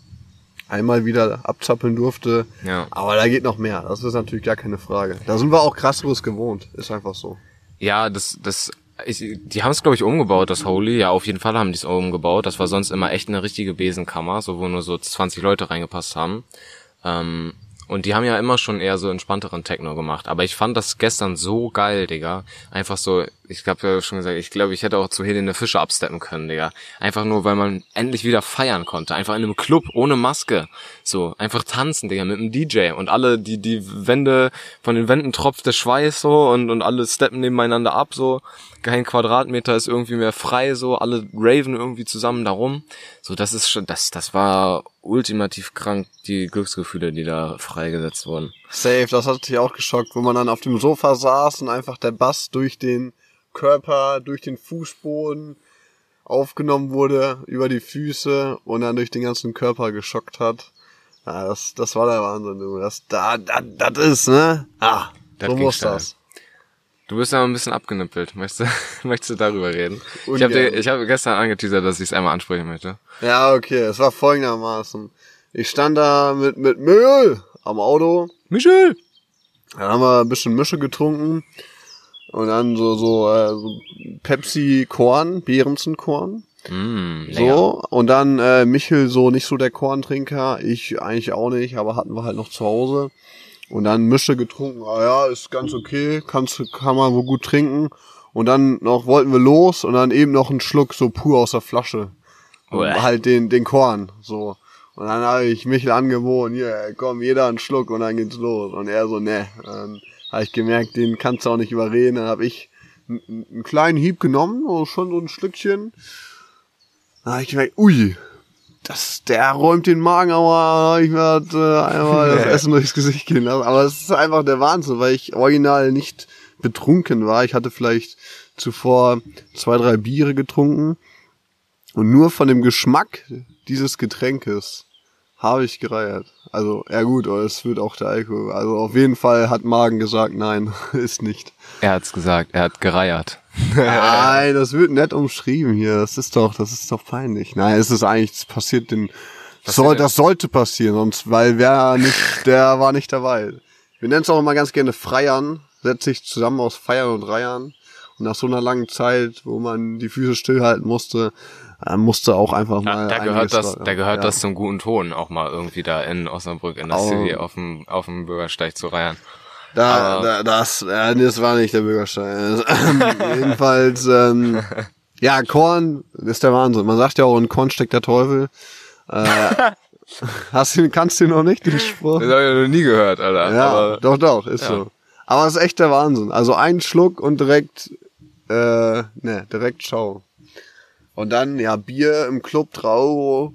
einmal wieder abzappeln durfte. Ja. Aber da geht noch mehr. Das ist natürlich gar keine Frage. Da sind wir auch krasseres gewohnt. Ist einfach so. Ja, das, das, ich, die haben es, glaube ich, umgebaut, das Holy. Ja, auf jeden Fall haben die es umgebaut. Das war sonst immer echt eine richtige Besenkammer, so wo nur so zwanzig Leute reingepasst haben. Ähm, und die haben ja immer schon eher so entspannteren Techno gemacht. Aber ich fand das gestern so geil, Digga. Einfach so, ich glaube ja schon gesagt, ich glaube, ich hätte auch zu Helene Fischer absteppen können, Digga. Einfach nur, weil man endlich wieder feiern konnte. Einfach in einem Club, ohne Maske. So, einfach tanzen, Digga, mit einem D J. Und alle, die, die Wände, von den Wänden tropft der Schweiß so und, und alle steppen nebeneinander ab, so. Kein Quadratmeter ist irgendwie mehr frei, so. Alle raven irgendwie zusammen darum. So, das ist schon, das, das war ultimativ krank, die Glücksgefühle, die da freigesetzt wurden. Safe, das hat dich auch geschockt, wo man dann auf dem Sofa saß und einfach der Bass durch den Körper, durch den Fußboden aufgenommen wurde, über die Füße und dann durch den ganzen Körper geschockt hat. Ja, das, das war der Wahnsinn, du. Das, da, da, das ist, ne? Ah, das so muss das. Du bist ja ein bisschen abgenippelt. Möchtest du, möchtest du darüber reden? Ungern. Ich habe ich hab gestern angeteasert, dass ich es einmal ansprechen möchte. Ja, okay. Es war folgendermaßen. Ich stand da mit, mit Müll am Auto. Michel! Dann haben wir ein bisschen Mische getrunken. Und dann so, so, äh, so Pepsi-Korn, Behrensen-Korn. Mm, so. Und dann, äh, Michel so nicht so der Korntrinker. Ich eigentlich auch nicht, aber hatten wir halt noch zu Hause. Und dann Mische getrunken, ah ja, ist ganz okay, kannst, kann man wohl gut trinken. Und dann noch wollten wir los und dann eben noch einen Schluck so pur aus der Flasche. Und Uäh. halt den, den Korn, so. Und dann habe ich Michel angeboten, hier, komm, jeder einen Schluck und dann geht's los. Und er so, ne. Dann habe ich gemerkt, den kannst du auch nicht überreden. Dann habe ich einen, einen kleinen Hieb genommen, so schon so ein Stückchen. Dann habe ich gemerkt, ui, das, der räumt den Magen, aber ich werde äh, einmal das Essen durchs Gesicht gehen lassen. Aber es ist einfach der Wahnsinn, weil ich original nicht betrunken war. Ich hatte vielleicht zuvor zwei, drei Biere getrunken. Und nur von dem Geschmack dieses Getränkes habe ich gereiert. Also, ja gut, aber es wird auch der Alkohol. Also auf jeden Fall hat Magen gesagt, nein, ist nicht. Er hat's gesagt, er hat gereiert. Nein, das wird nett umschrieben hier. Das ist doch, das ist doch peinlich. Nein, es ist eigentlich, es passiert den, soll, das sollte passieren, sonst, weil wer nicht, der war nicht dabei. Wir nennen es auch immer ganz gerne Freiern, setzt sich zusammen aus Feiern und Reihern. Und nach so einer langen Zeit, wo man die Füße stillhalten musste, äh, musste auch einfach mal. Ja, da gehört das, da gehört ja. das zum guten Ton, auch mal irgendwie da in Osnabrück in der oh. City auf dem, auf dem Bürgersteig zu reiern. Da, da, das, äh, das war nicht der Bürgersteig. Jedenfalls, ähm, ja, Korn ist der Wahnsinn. Man sagt ja auch, in Korn steckt der Teufel. Äh, hast du, kannst du noch nicht, den Spruch? Das habe ich noch nie gehört, Alter. Ja, aber, doch, doch, ist ja. so. Aber es ist echt der Wahnsinn. Also ein Schluck und direkt, äh, ne, direkt schau. Und dann, ja, Bier im Club, drei Euro.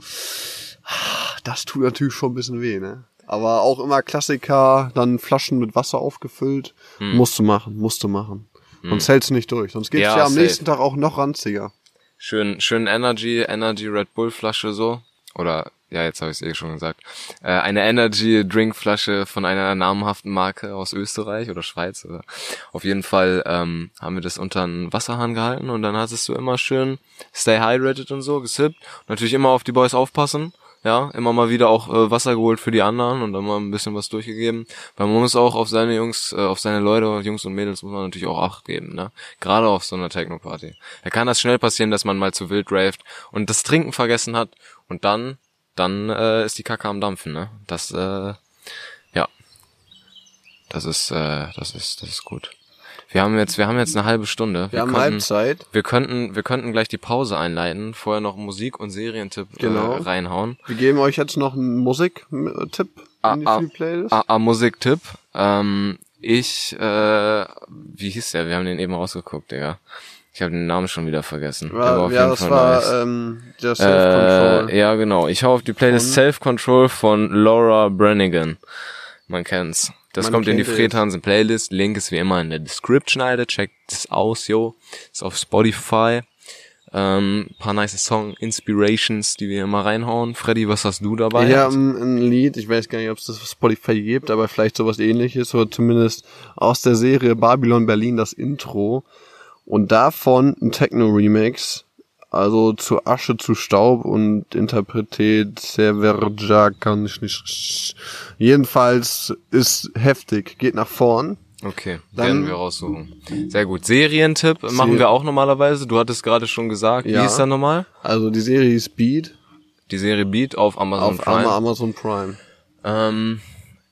Das tut natürlich schon ein bisschen weh, ne? Aber auch immer Klassiker, dann Flaschen mit Wasser aufgefüllt. Hm. Musst du machen, musst du machen. Hm. Sonst hältst du nicht durch. Sonst geht's ja, ja am safe. nächsten Tag auch noch ranziger. Schön, schön Energy, Energy Red Bull Flasche so. Oder, ja, jetzt habe ich es eh schon gesagt. Äh, eine Energy Drink Flasche von einer namhaften Marke aus Österreich oder Schweiz. Oder. Auf jeden Fall ähm, haben wir das unter einen Wasserhahn gehalten und dann hattest du immer schön Stay Hydrated und so, gesippt. Natürlich immer auf die Boys aufpassen. Ja, immer mal wieder auch äh, Wasser geholt für die anderen und dann mal ein bisschen was durchgegeben. Weil man muss auch auf seine Jungs, äh, auf seine Leute, Jungs und Mädels muss man natürlich auch Acht geben, ne? Gerade auf so einer Techno-Party. Da kann das schnell passieren, dass man mal zu wild raved und das Trinken vergessen hat und dann, dann äh, ist die Kacke am Dampfen, ne? Das, äh, ja. Das ist, äh, das ist, das ist gut. Wir haben jetzt, wir haben jetzt eine halbe Stunde. Wir, wir haben könnten, Halbzeit. Wir könnten, wir könnten gleich die Pause einleiten, vorher noch Musik- und Serientipp Genau. äh, reinhauen. Wir geben euch jetzt noch einen Musiktipp Ah, in die ah, für die Playlist. Ah, ah, Musiktipp. Ähm, ich, äh, wie hieß der? Wir haben den eben rausgeguckt, Digga. Ich habe den Namen schon wieder vergessen. War, der war auf ja, jeden das Fall war nice. ähm, der Self-Control. Äh, ja, genau. Ich hau auf die Playlist Von? Self-Control von Laura Brannigan. Man kennt's. Das Man kommt in die kennt es. Fredhansen Playlist. Link ist wie immer in der Description, Alter. Checkt es aus, yo. Ist auf Spotify. Ähm, paar nice Song Inspirations, die wir immer reinhauen. Freddy, was hast du dabei? Ich habe ein, ein Lied, ich weiß gar nicht, ob es das auf Spotify gibt, aber vielleicht sowas ähnliches, oder zumindest aus der Serie Babylon Berlin das Intro. Und davon ein Techno-Remix, also zu Asche zu Staub und interpretiert Severja kann ich nicht. Jedenfalls ist heftig, geht nach vorn. Okay, Dann- werden wir raussuchen. Sehr gut. Serientipp machen wir auch normalerweise. Du hattest gerade schon gesagt. Ja. Wie ist der nochmal? Also die Serie ist Beat Die Serie Beat auf Amazon auf Prime. Amazon Prime. Ähm,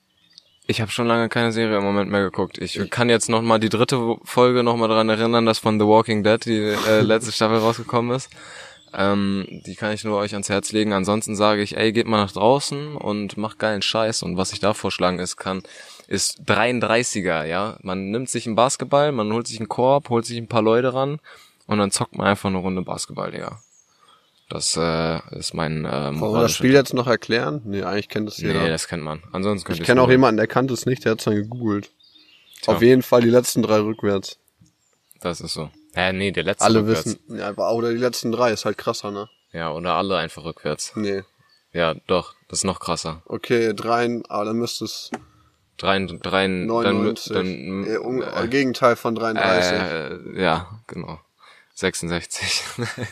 ich habe schon lange keine Serie im Moment mehr geguckt. Ich kann jetzt noch mal die dritte Folge noch mal daran erinnern, dass von The Walking Dead die äh, letzte Staffel rausgekommen ist. Ähm, die kann ich nur euch ans Herz legen. Ansonsten sage ich, ey, geht mal nach draußen und macht geilen Scheiß. Und was ich da vorschlagen ist, kann, ist dreiunddreißiger, ja. Man nimmt sich einen Basketball, man holt sich einen Korb, holt sich ein paar Leute ran und dann zockt man einfach eine Runde Basketball, Digga. Das äh, ist mein äh, Wollen wir das moralischer Spiel jetzt noch erklären? Nee, eigentlich kennt das jeder. Nee, das kennt man. Ansonsten könnt ich ihr's kenne auch googeln. jemanden, der kannte es nicht, der hat es dann gegoogelt. Tja. Auf jeden Fall die letzten drei rückwärts. Das ist so. Hä, nee, der letzte Alle rückwärts. wissen, ja, aber- oder die letzten drei, ist halt krasser, ne? Ja, oder alle einfach rückwärts. Nee. Ja, doch, das ist noch krasser. Okay, drei, aber dann müsste es Drei, drei, dann, neunundneunzig. dann, äh, um, äh, Gegenteil von dreiunddreißig. äh, ja, genau. sechsundsechzig.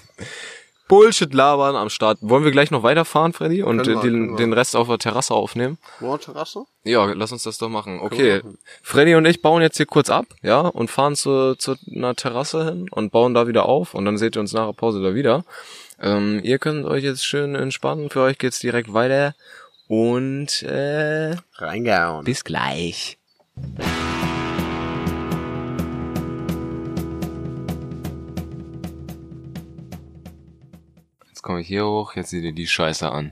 Bullshit labern am Start. Wollen wir gleich noch weiterfahren, Freddy? Und Können wir, den, können wir. den Rest auf der Terrasse aufnehmen? Wo, Terrasse? Ja, lass uns das doch machen. wir Okay, machen. Freddy und ich bauen jetzt hier kurz ab, ja, und fahren zu, zu einer Terrasse hin und bauen da wieder auf und dann seht ihr uns nach der Pause da wieder. Ähm, ihr könnt euch jetzt schön entspannen, für euch geht's direkt weiter und äh, Reingehauen. bis gleich. Jetzt komme ich hier hoch, jetzt seht ihr die Scheiße an.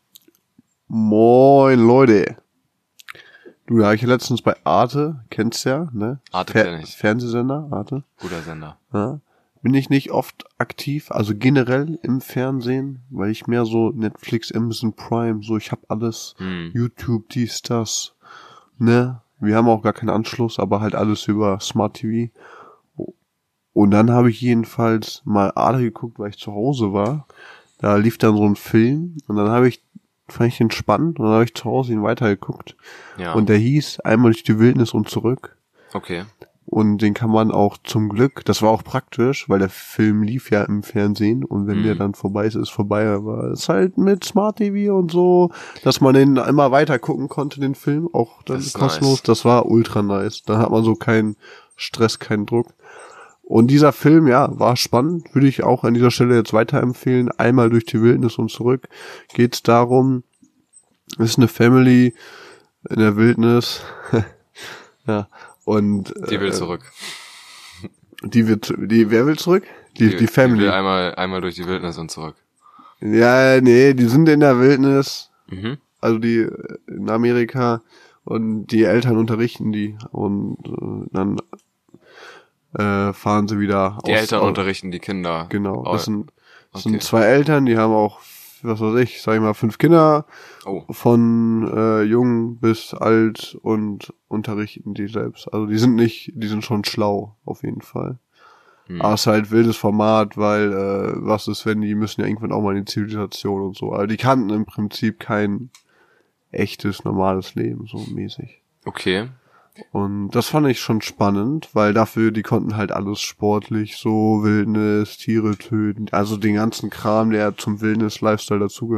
Moin, Leute. Du, da hab ich letztens bei Arte, kennst ja, ne? Arte Fer- kenn ich. Fernsehsender, Arte. Guter Sender. Ja. Bin ich nicht oft aktiv, also generell im Fernsehen, weil ich mehr so Netflix, Amazon Prime, so ich hab alles, Hm. YouTube, dies, das, ne? Wir haben auch gar keinen Anschluss, aber halt alles über Smart T V. Und dann habe ich jedenfalls mal Arte geguckt, weil ich zu Hause war. Da lief dann so ein Film und dann habe ich, fand ich den spannend und dann habe ich zu Hause ihn weitergeguckt. Ja. Und der hieß Einmal durch die Wildnis und zurück. Okay. Und den kann man auch zum Glück, das war auch praktisch, weil der Film lief ja im Fernsehen und wenn Mhm. der dann vorbei ist, ist vorbei. Aber es ist halt mit Smart T V und so, dass man den immer weiter gucken konnte, den Film, auch dann Das ist kostenlos. nice. Das war ultra nice. Da hat man so keinen Stress, keinen Druck. Und dieser Film, ja, war spannend, würde ich auch an dieser Stelle jetzt weiterempfehlen. Einmal durch die Wildnis und zurück geht's darum, es ist eine Family in der Wildnis, ja, und Die will äh, zurück. die wird, die, wer will zurück? Die, die, Family. Die will einmal, einmal durch die Wildnis und zurück. Ja, nee, die sind in der Wildnis, Mhm. also die äh, in Amerika und die Eltern unterrichten die und äh, dann äh, fahren sie wieder Die aus, Eltern aus, unterrichten die Kinder. Genau, Oh, das sind, das okay. sind zwei Eltern, die haben auch, was weiß ich, sag ich mal, fünf Kinder, Oh. von äh, jung bis alt und unterrichten die selbst. Also die sind nicht, die sind schon schlau, auf jeden Fall. Hm. Aber es ist halt wildes Format, weil äh, was ist, wenn die müssen ja irgendwann auch mal in die Zivilisation und so. Also die kannten im Prinzip kein echtes, normales Leben, so mäßig. Okay. Und das fand ich schon spannend, weil dafür, die konnten halt alles sportlich, so Wildnis, Tiere töten, also den ganzen Kram, der zum Wildnis-Lifestyle dazugehört.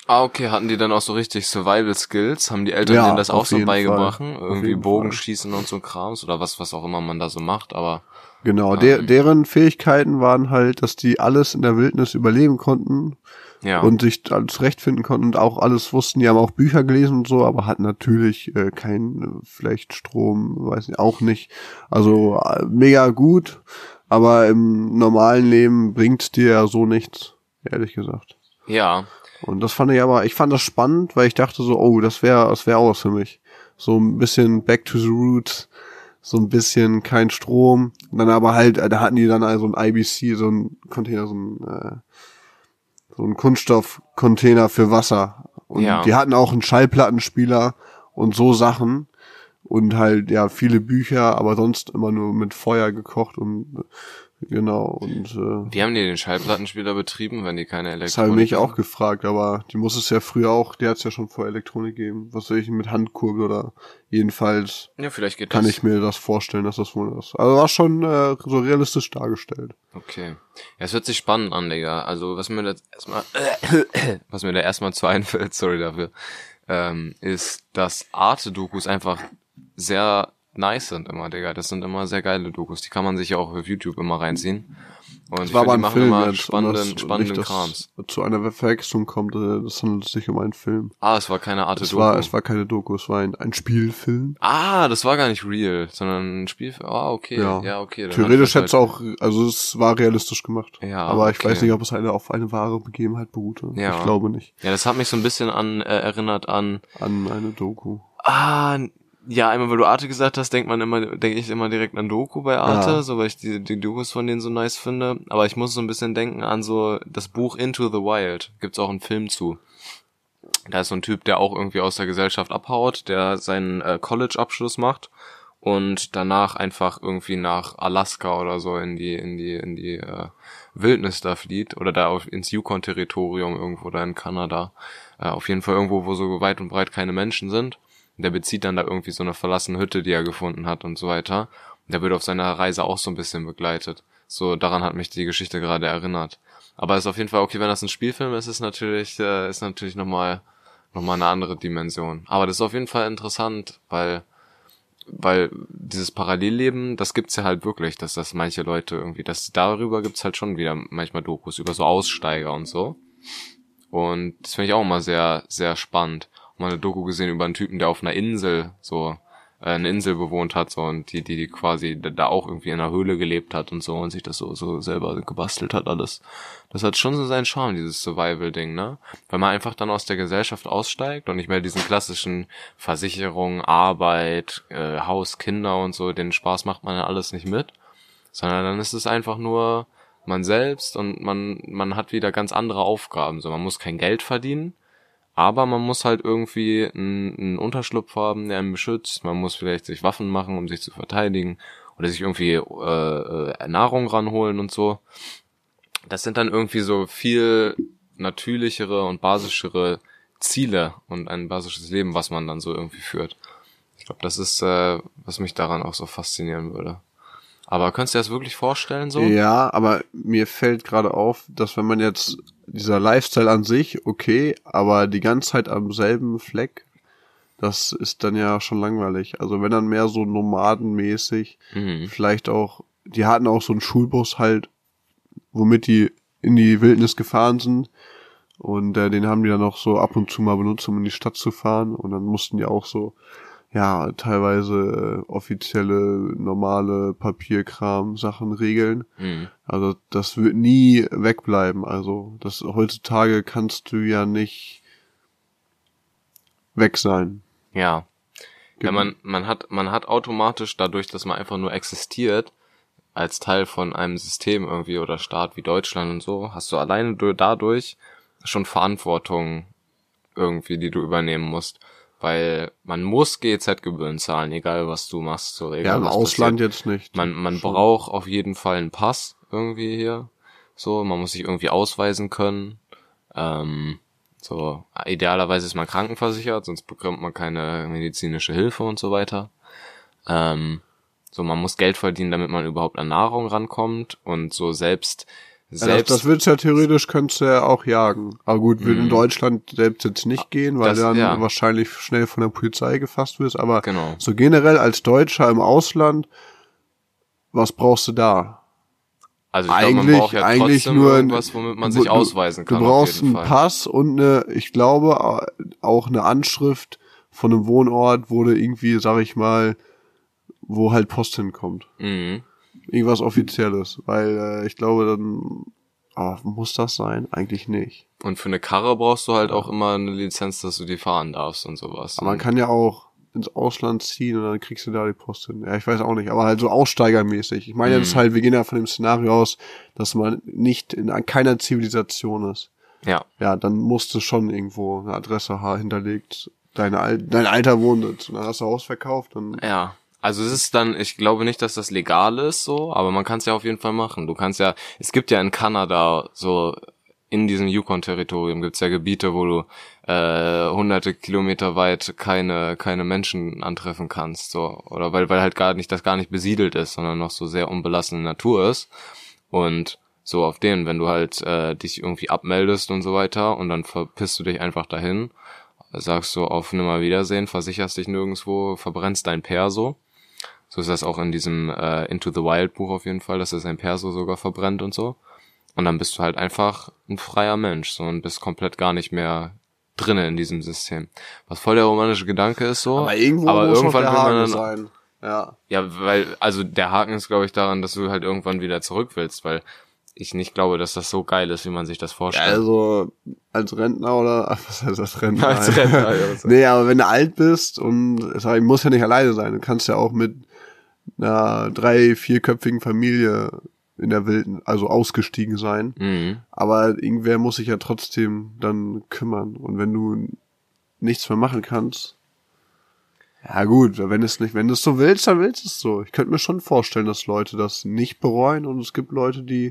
Ah, okay, hatten die dann auch so richtig Survival Skills? Haben die Eltern Ja, denen das auch auf so jeden beigebracht? Fall. Auf Irgendwie jeden Bogenschießen und so Krams oder was, was auch immer man da so macht, aber Genau, ähm, der, deren Fähigkeiten waren halt, dass die alles in der Wildnis überleben konnten ja. und sich alles zurechtfinden konnten und auch alles wussten. Die haben auch Bücher gelesen und so, aber hatten natürlich äh, kein, äh, vielleicht Strom, weiß nicht, auch nicht. Also äh, mega gut, aber im normalen Leben bringt's dir ja so nichts, ehrlich gesagt. Ja. Und das fand ich aber, ich fand das spannend, weil ich dachte so, oh, das wäre, das wäre auch was für mich. So ein bisschen back to the roots, so ein bisschen kein Strom. Und dann aber halt, da hatten die dann also ein I B C, so ein Container, so ein, äh, so ein Kunststoffcontainer für Wasser. Und Ja. die hatten auch einen Schallplattenspieler und so Sachen. Und halt, ja, viele Bücher, aber sonst immer nur mit Feuer gekocht und genau. Und äh, Wie haben die den Schallplattenspieler betrieben, wenn die keine Elektronik das habe ich mich hatten? auch gefragt, aber die muss es ja früher auch, die hat es ja schon vor Elektronik gegeben. Was soll ich mit Handkurbel oder jedenfalls Ja, vielleicht geht kann das. ich mir das vorstellen, dass das wohl ist. Also war schon äh, so realistisch dargestellt. Okay. Ja, es hört sich spannend an, Digga. Also, was mir da erstmal, was mir da erstmal zu einfällt, sorry dafür, ähm, ist, dass Arte-Dokus einfach sehr nice sind immer, Digga. Das sind immer sehr geile Dokus. Die kann man sich ja auch auf YouTube immer reinziehen. Und Das ich war aber finde, die ein machen Film immer jetzt, spannenden, um das spannenden nicht, dass Krams. zu einer Verwechslung kommt. äh, Das handelt sich um einen Film. Ah, es war keine Es Arte-Doku. war, es war keine Doku, es war ein, ein Spielfilm. Ah, das war gar nicht real, sondern ein Spiel. Ah, okay. Ja, ja okay. Dann Theoretisch hat hätte es auch, also es war realistisch gemacht. Ja, aber ich okay. weiß nicht, ob es eine auf eine wahre Begebenheit beruhte. Ja. Ich glaube nicht. Ja, das hat mich so ein bisschen an äh, erinnert an. An eine Doku. Ah, ja, einmal weil du Arte gesagt hast, denkt man immer, denke ich immer direkt an Doku bei Arte, Ja. so weil ich die, die Dokus von denen so nice finde. Aber ich muss so ein bisschen denken an so das Buch Into the Wild. Gibt's auch einen Film zu. Da ist so ein Typ, der auch irgendwie aus der Gesellschaft abhaut, der seinen äh, College-Abschluss macht und danach einfach irgendwie nach Alaska oder so in die in die in die äh, Wildnis da flieht oder da auf, ins Yukon-Territorium irgendwo da in Kanada. Äh, auf jeden Fall irgendwo, wo so weit und breit keine Menschen sind. Der bezieht dann da irgendwie so eine verlassene Hütte, die er gefunden hat und so weiter. Der wird auf seiner Reise auch so ein bisschen begleitet. So, daran hat mich die Geschichte gerade erinnert. Aber es ist auf jeden Fall okay, wenn das ein Spielfilm ist, ist natürlich, äh, ist natürlich nochmal, nochmal eine andere Dimension. Aber das ist auf jeden Fall interessant, weil, weil dieses Parallelleben, das gibt's ja halt wirklich, dass das manche Leute irgendwie, das, darüber gibt's halt schon wieder manchmal Dokus über so Aussteiger und so. Und das finde ich auch immer sehr, sehr spannend. Mal eine Doku gesehen über einen Typen, der auf einer Insel so äh, eine Insel bewohnt hat so und die die die quasi da auch irgendwie in einer Höhle gelebt hat und so und sich das so so selber gebastelt hat alles. Das hat schon so seinen Charme, dieses Survival-Ding, ne? Weil man einfach dann aus der Gesellschaft aussteigt und nicht mehr diesen klassischen Versicherung, Arbeit, äh, Haus, Kinder und so, den Spaß macht man ja alles nicht mit, sondern dann ist es einfach nur man selbst und man man hat wieder ganz andere Aufgaben. So, man muss kein Geld verdienen. Aber man muss halt irgendwie einen, einen Unterschlupf haben, der einen beschützt. Man muss vielleicht sich Waffen machen, um sich zu verteidigen. Oder sich irgendwie äh, äh, Nahrung ranholen und so. Das sind dann irgendwie so viel natürlichere und basischere Ziele und ein basisches Leben, was man dann so irgendwie führt. Ich glaube, das ist, äh, was mich daran auch so faszinieren würde. Aber könntest du dir das wirklich vorstellen so? Ja, aber mir fällt gerade auf, dass wenn man jetzt dieser Lifestyle an sich, okay, aber die ganze Zeit am selben Fleck, das ist dann ja schon langweilig. Also wenn dann mehr so nomadenmäßig, Mhm. vielleicht auch, die hatten auch so einen Schulbus halt, womit die in die Wildnis gefahren sind. Und äh, den haben die dann auch so ab und zu mal benutzt, um in die Stadt zu fahren. Und dann mussten die auch so, ja, teilweise äh, offizielle, normale Papierkram-Sachen regeln. Mhm. Also das wird nie wegbleiben. Also das heutzutage kannst du ja nicht weg sein. Ja. Ja, Genau. man, man hat, man hat automatisch dadurch, dass man einfach nur existiert, als Teil von einem System irgendwie oder Staat wie Deutschland und so, hast du alleine du- dadurch schon Verantwortung irgendwie, die du übernehmen musst. Weil man muss G E Z-Gebühren zahlen, egal was du machst zur Regel. Ja, im was Ausland passiert. jetzt nicht. Man, man Schon. braucht auf jeden Fall einen Pass irgendwie hier. So, man muss sich irgendwie ausweisen können. Ähm, so, idealerweise ist man krankenversichert, sonst bekommt man keine medizinische Hilfe und so weiter. Ähm, so, man muss Geld verdienen, damit man überhaupt an Nahrung rankommt und so selbst Ja, das, selbst das würdest ja theoretisch, könntest du ja auch jagen. Aber gut, würde in Deutschland selbst jetzt nicht gehen, weil Das- du dann ja. wahrscheinlich schnell von der Polizei gefasst wirst. Aber Genau. so generell als Deutscher im Ausland, was brauchst du da? Also ich glaube, man Eigentlich, braucht ja eigentlich trotzdem nur ein- irgendwas, womit man du- sich du- ausweisen kann. Du auf brauchst jeden einen Fall. Pass und eine, ich glaube, auch eine Anschrift von einem Wohnort, wo du irgendwie, sag ich mal, wo halt Post hinkommt. Mhm. Irgendwas Offizielles. Weil äh, ich glaube, dann ah, muss das sein? Eigentlich nicht. Und für eine Karre brauchst du halt auch immer eine Lizenz, dass du die fahren darfst und sowas. Aber man Und- kann ja auch ins Ausland ziehen und dann kriegst du da die Post hin. Ja, ich weiß auch nicht, aber halt so aussteigermäßig. Ich meine Mhm. jetzt halt, wir gehen ja von dem Szenario aus, dass man nicht in keiner Zivilisation ist. Ja. Ja, dann musst du schon irgendwo eine Adresse ha- hinterlegt, deine Al dein alter Wohnsitz. Und dann hast du Haus verkauft und Ja. Also es ist dann, ich glaube nicht, dass das legal ist so, aber man kann es ja auf jeden Fall machen. Du kannst ja, es gibt ja in Kanada so, in diesem Yukon-Territorium gibt's ja Gebiete, wo du äh, hunderte Kilometer weit keine keine Menschen antreffen kannst, so, oder weil weil halt gar nicht das gar nicht besiedelt ist, sondern noch so sehr unbelassene Natur ist. Und so auf denen, wenn du halt äh, dich irgendwie abmeldest und so weiter und dann verpisst du dich einfach dahin, sagst du auf Nimmerwiedersehen, versicherst dich nirgendwo, verbrennst dein Perso. So ist das auch in diesem äh, Into the Wild Buch auf jeden Fall, dass er sein Perso sogar verbrennt und so. Und dann bist du halt einfach ein freier Mensch so und bist komplett gar nicht mehr drinne in diesem System. Was voll der romantische Gedanke ist so. aber irgendwo aber muss irgendwann noch der will man Haken dann, sein. Ja. ja, weil, also der Haken ist, glaube ich, daran, dass du halt irgendwann wieder zurück willst, weil ich nicht glaube, dass das so geil ist, wie man sich das Ja, vorstellt. also als Rentner oder ach, was heißt das Rentner? Als Rentner, ja, was- Nee, aber wenn du alt bist und es muss ja nicht alleine sein, du kannst ja auch mit einer drei-, vierköpfigen Familie in der Wilden, also ausgestiegen sein. Mhm. Aber irgendwer muss sich ja trotzdem dann kümmern. Und wenn du nichts mehr machen kannst, ja gut, wenn es nicht, wenn du es so willst, dann willst du es so. Ich könnte mir schon vorstellen, dass Leute das nicht bereuen und es gibt Leute, die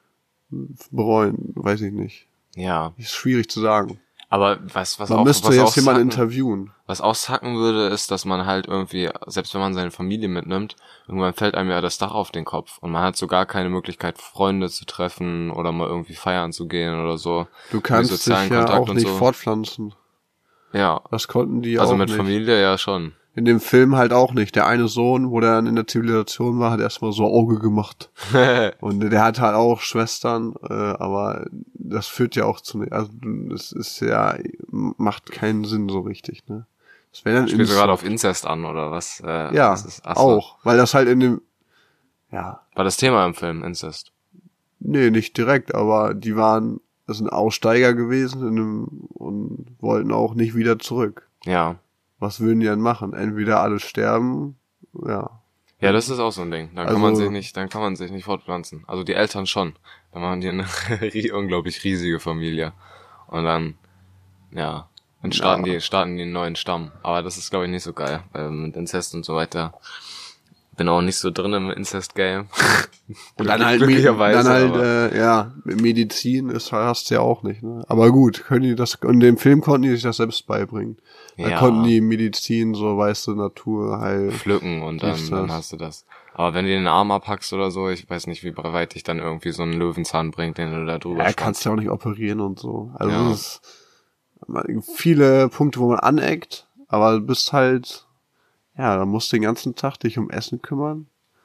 bereuen, weiß ich nicht. Ja, Ist schwierig zu sagen. aber was, was Man auch, müsste was jetzt auch jemanden sacken- interviewen. Was auch sacken würde, ist, dass man halt irgendwie, selbst wenn man seine Familie mitnimmt, irgendwann fällt einem ja das Dach auf den Kopf und man hat so gar keine Möglichkeit, Freunde zu treffen oder mal irgendwie feiern zu gehen oder so. Du kannst dich sozialen ja Kontakt auch und nicht so. fortpflanzen. Ja, Das konnten die also auch mit nicht. Familie ja schon. In dem Film halt auch nicht. Der eine Sohn, wo der dann in der Zivilisation war, hat erstmal so Auge gemacht. Und der hat halt auch Schwestern, äh, aber das führt ja auch zu, ne- also das ist ja, macht keinen Sinn so richtig, ne? Das wäre dann Spielst du Inzest. gerade auf Inzest an oder was? Äh, Ja, was ist, ach so. auch, weil das halt in dem, ja, War das Thema im Film, Inzest? nee, nicht direkt, aber die waren, das sind Aussteiger gewesen in einem, und wollten auch nicht wieder zurück. Ja. Was würden die dann machen? Entweder alle sterben, ja. Ja, das ist auch so ein Ding. Dann Also- kann man sich nicht, dann kann man sich nicht fortpflanzen. Also die Eltern schon. Dann machen die eine rie- unglaublich riesige Familie. Und dann, ja, dann starten Ja. die, starten die einen neuen Stamm. Aber das ist, glaube ich, nicht so geil, weil mit Inzest und so weiter. Bin auch nicht so drin im Incest-Game. Und dann halt, Med- Glücklicherweise, dann halt aber- äh, ja, Medizin ist, hast du ja auch nicht. Ne? Aber gut, können die das, in dem Film konnten die sich das selbst beibringen. Da Ja. konnten die Medizin, so weißt du, Natur, Heil. pflücken und dann, Ist dann das. hast du das. Aber wenn du den Arm abhackst oder so, ich weiß nicht, wie weit dich dann irgendwie so ein Löwenzahn bringt, den du da drüber Ja, spannst. kannst ja auch nicht operieren und so. Also Ja. es ist viele Punkte, wo man aneckt, aber du bist halt, ja, da musst du den ganzen Tag dich um Essen kümmern.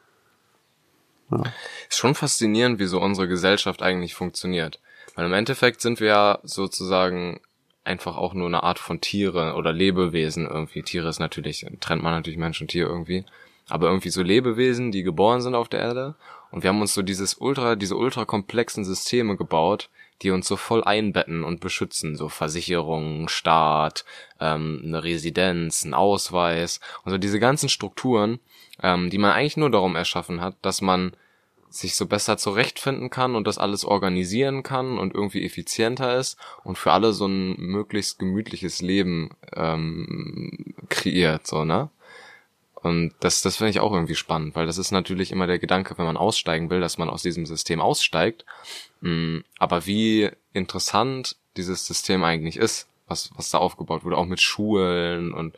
Ist schon faszinierend, wie so unsere Gesellschaft eigentlich funktioniert. Weil im Endeffekt sind wir ja sozusagen einfach auch nur eine Art von Tiere oder Lebewesen irgendwie. Tiere ist natürlich, trennt man natürlich Mensch und Tier irgendwie. Aber irgendwie so Lebewesen, die geboren sind auf der Erde. Und wir haben uns so dieses ultra, diese ultra komplexen Systeme gebaut, die uns so voll einbetten und beschützen. So Versicherungen, Staat, ähm, eine Residenz, ein Ausweis. Und so diese ganzen Strukturen, ähm, die man eigentlich nur darum erschaffen hat, dass man sich so besser zurechtfinden kann und das alles organisieren kann und irgendwie effizienter ist und für alle so ein möglichst gemütliches Leben ähm, kreiert, so, ne? Und das, das finde ich auch irgendwie spannend, weil das ist natürlich immer der Gedanke, wenn man aussteigen will, dass man aus diesem System aussteigt. Mm, aber wie interessant dieses System eigentlich ist, was, was da aufgebaut wurde, auch mit Schulen und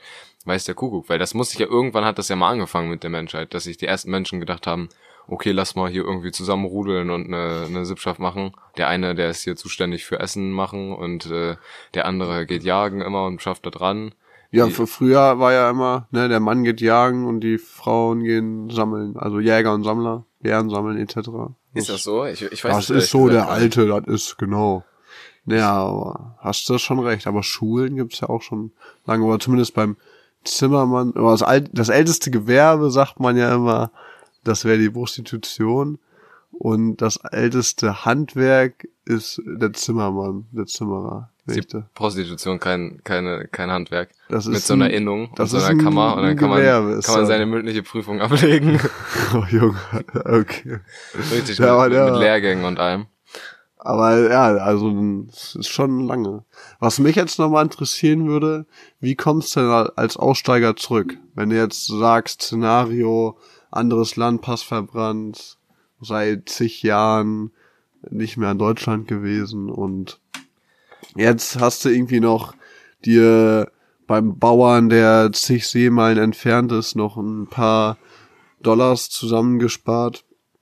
weiß der Kuckuck, weil das muss sich ja, irgendwann hat das ja mal angefangen mit der Menschheit, dass sich die ersten Menschen gedacht haben, okay, lass mal hier irgendwie zusammenrudeln und eine, eine Sippschaft machen. Der eine, der ist hier zuständig für Essen machen und äh, der andere geht jagen immer und schafft da dran. Ja, Die, für früher war ja immer, ne, der Mann geht jagen und die Frauen gehen sammeln, also Jäger und Sammler, Bären sammeln et cetera. ist das so? Ich, ich weiß Das es ist so der gesagt gar nicht. alte, das ist genau. Ja, aber hast du schon recht, aber Schulen gibt's ja auch schon lange, oder zumindest beim Zimmermann, oder das, alt, das älteste Gewerbe, sagt man ja immer, das wäre die Prostitution. Und das älteste Handwerk ist der Zimmermann, der Zimmerer. Ist die Prostitution kein, keine, kein Handwerk. Das ist mit so einer ein- Innung und das so ist einer ein Kammer und dann kann man, Gewerbe, kann ist man das. seine mündliche Prüfung ablegen. Oh Junge, okay. Richtig, Ja, aber mit, der- mit Lehrgängen und allem. Aber ja, also es ist schon lange. Was mich jetzt nochmal interessieren würde, wie kommst du denn als Aussteiger zurück? Wenn du jetzt sagst, Szenario, anderes Land, Pass verbrannt, seit zig Jahren nicht mehr in Deutschland gewesen und jetzt hast du irgendwie noch dir beim Bauern, der zig Seemeilen entfernt ist, noch ein paar Dollars zusammengespart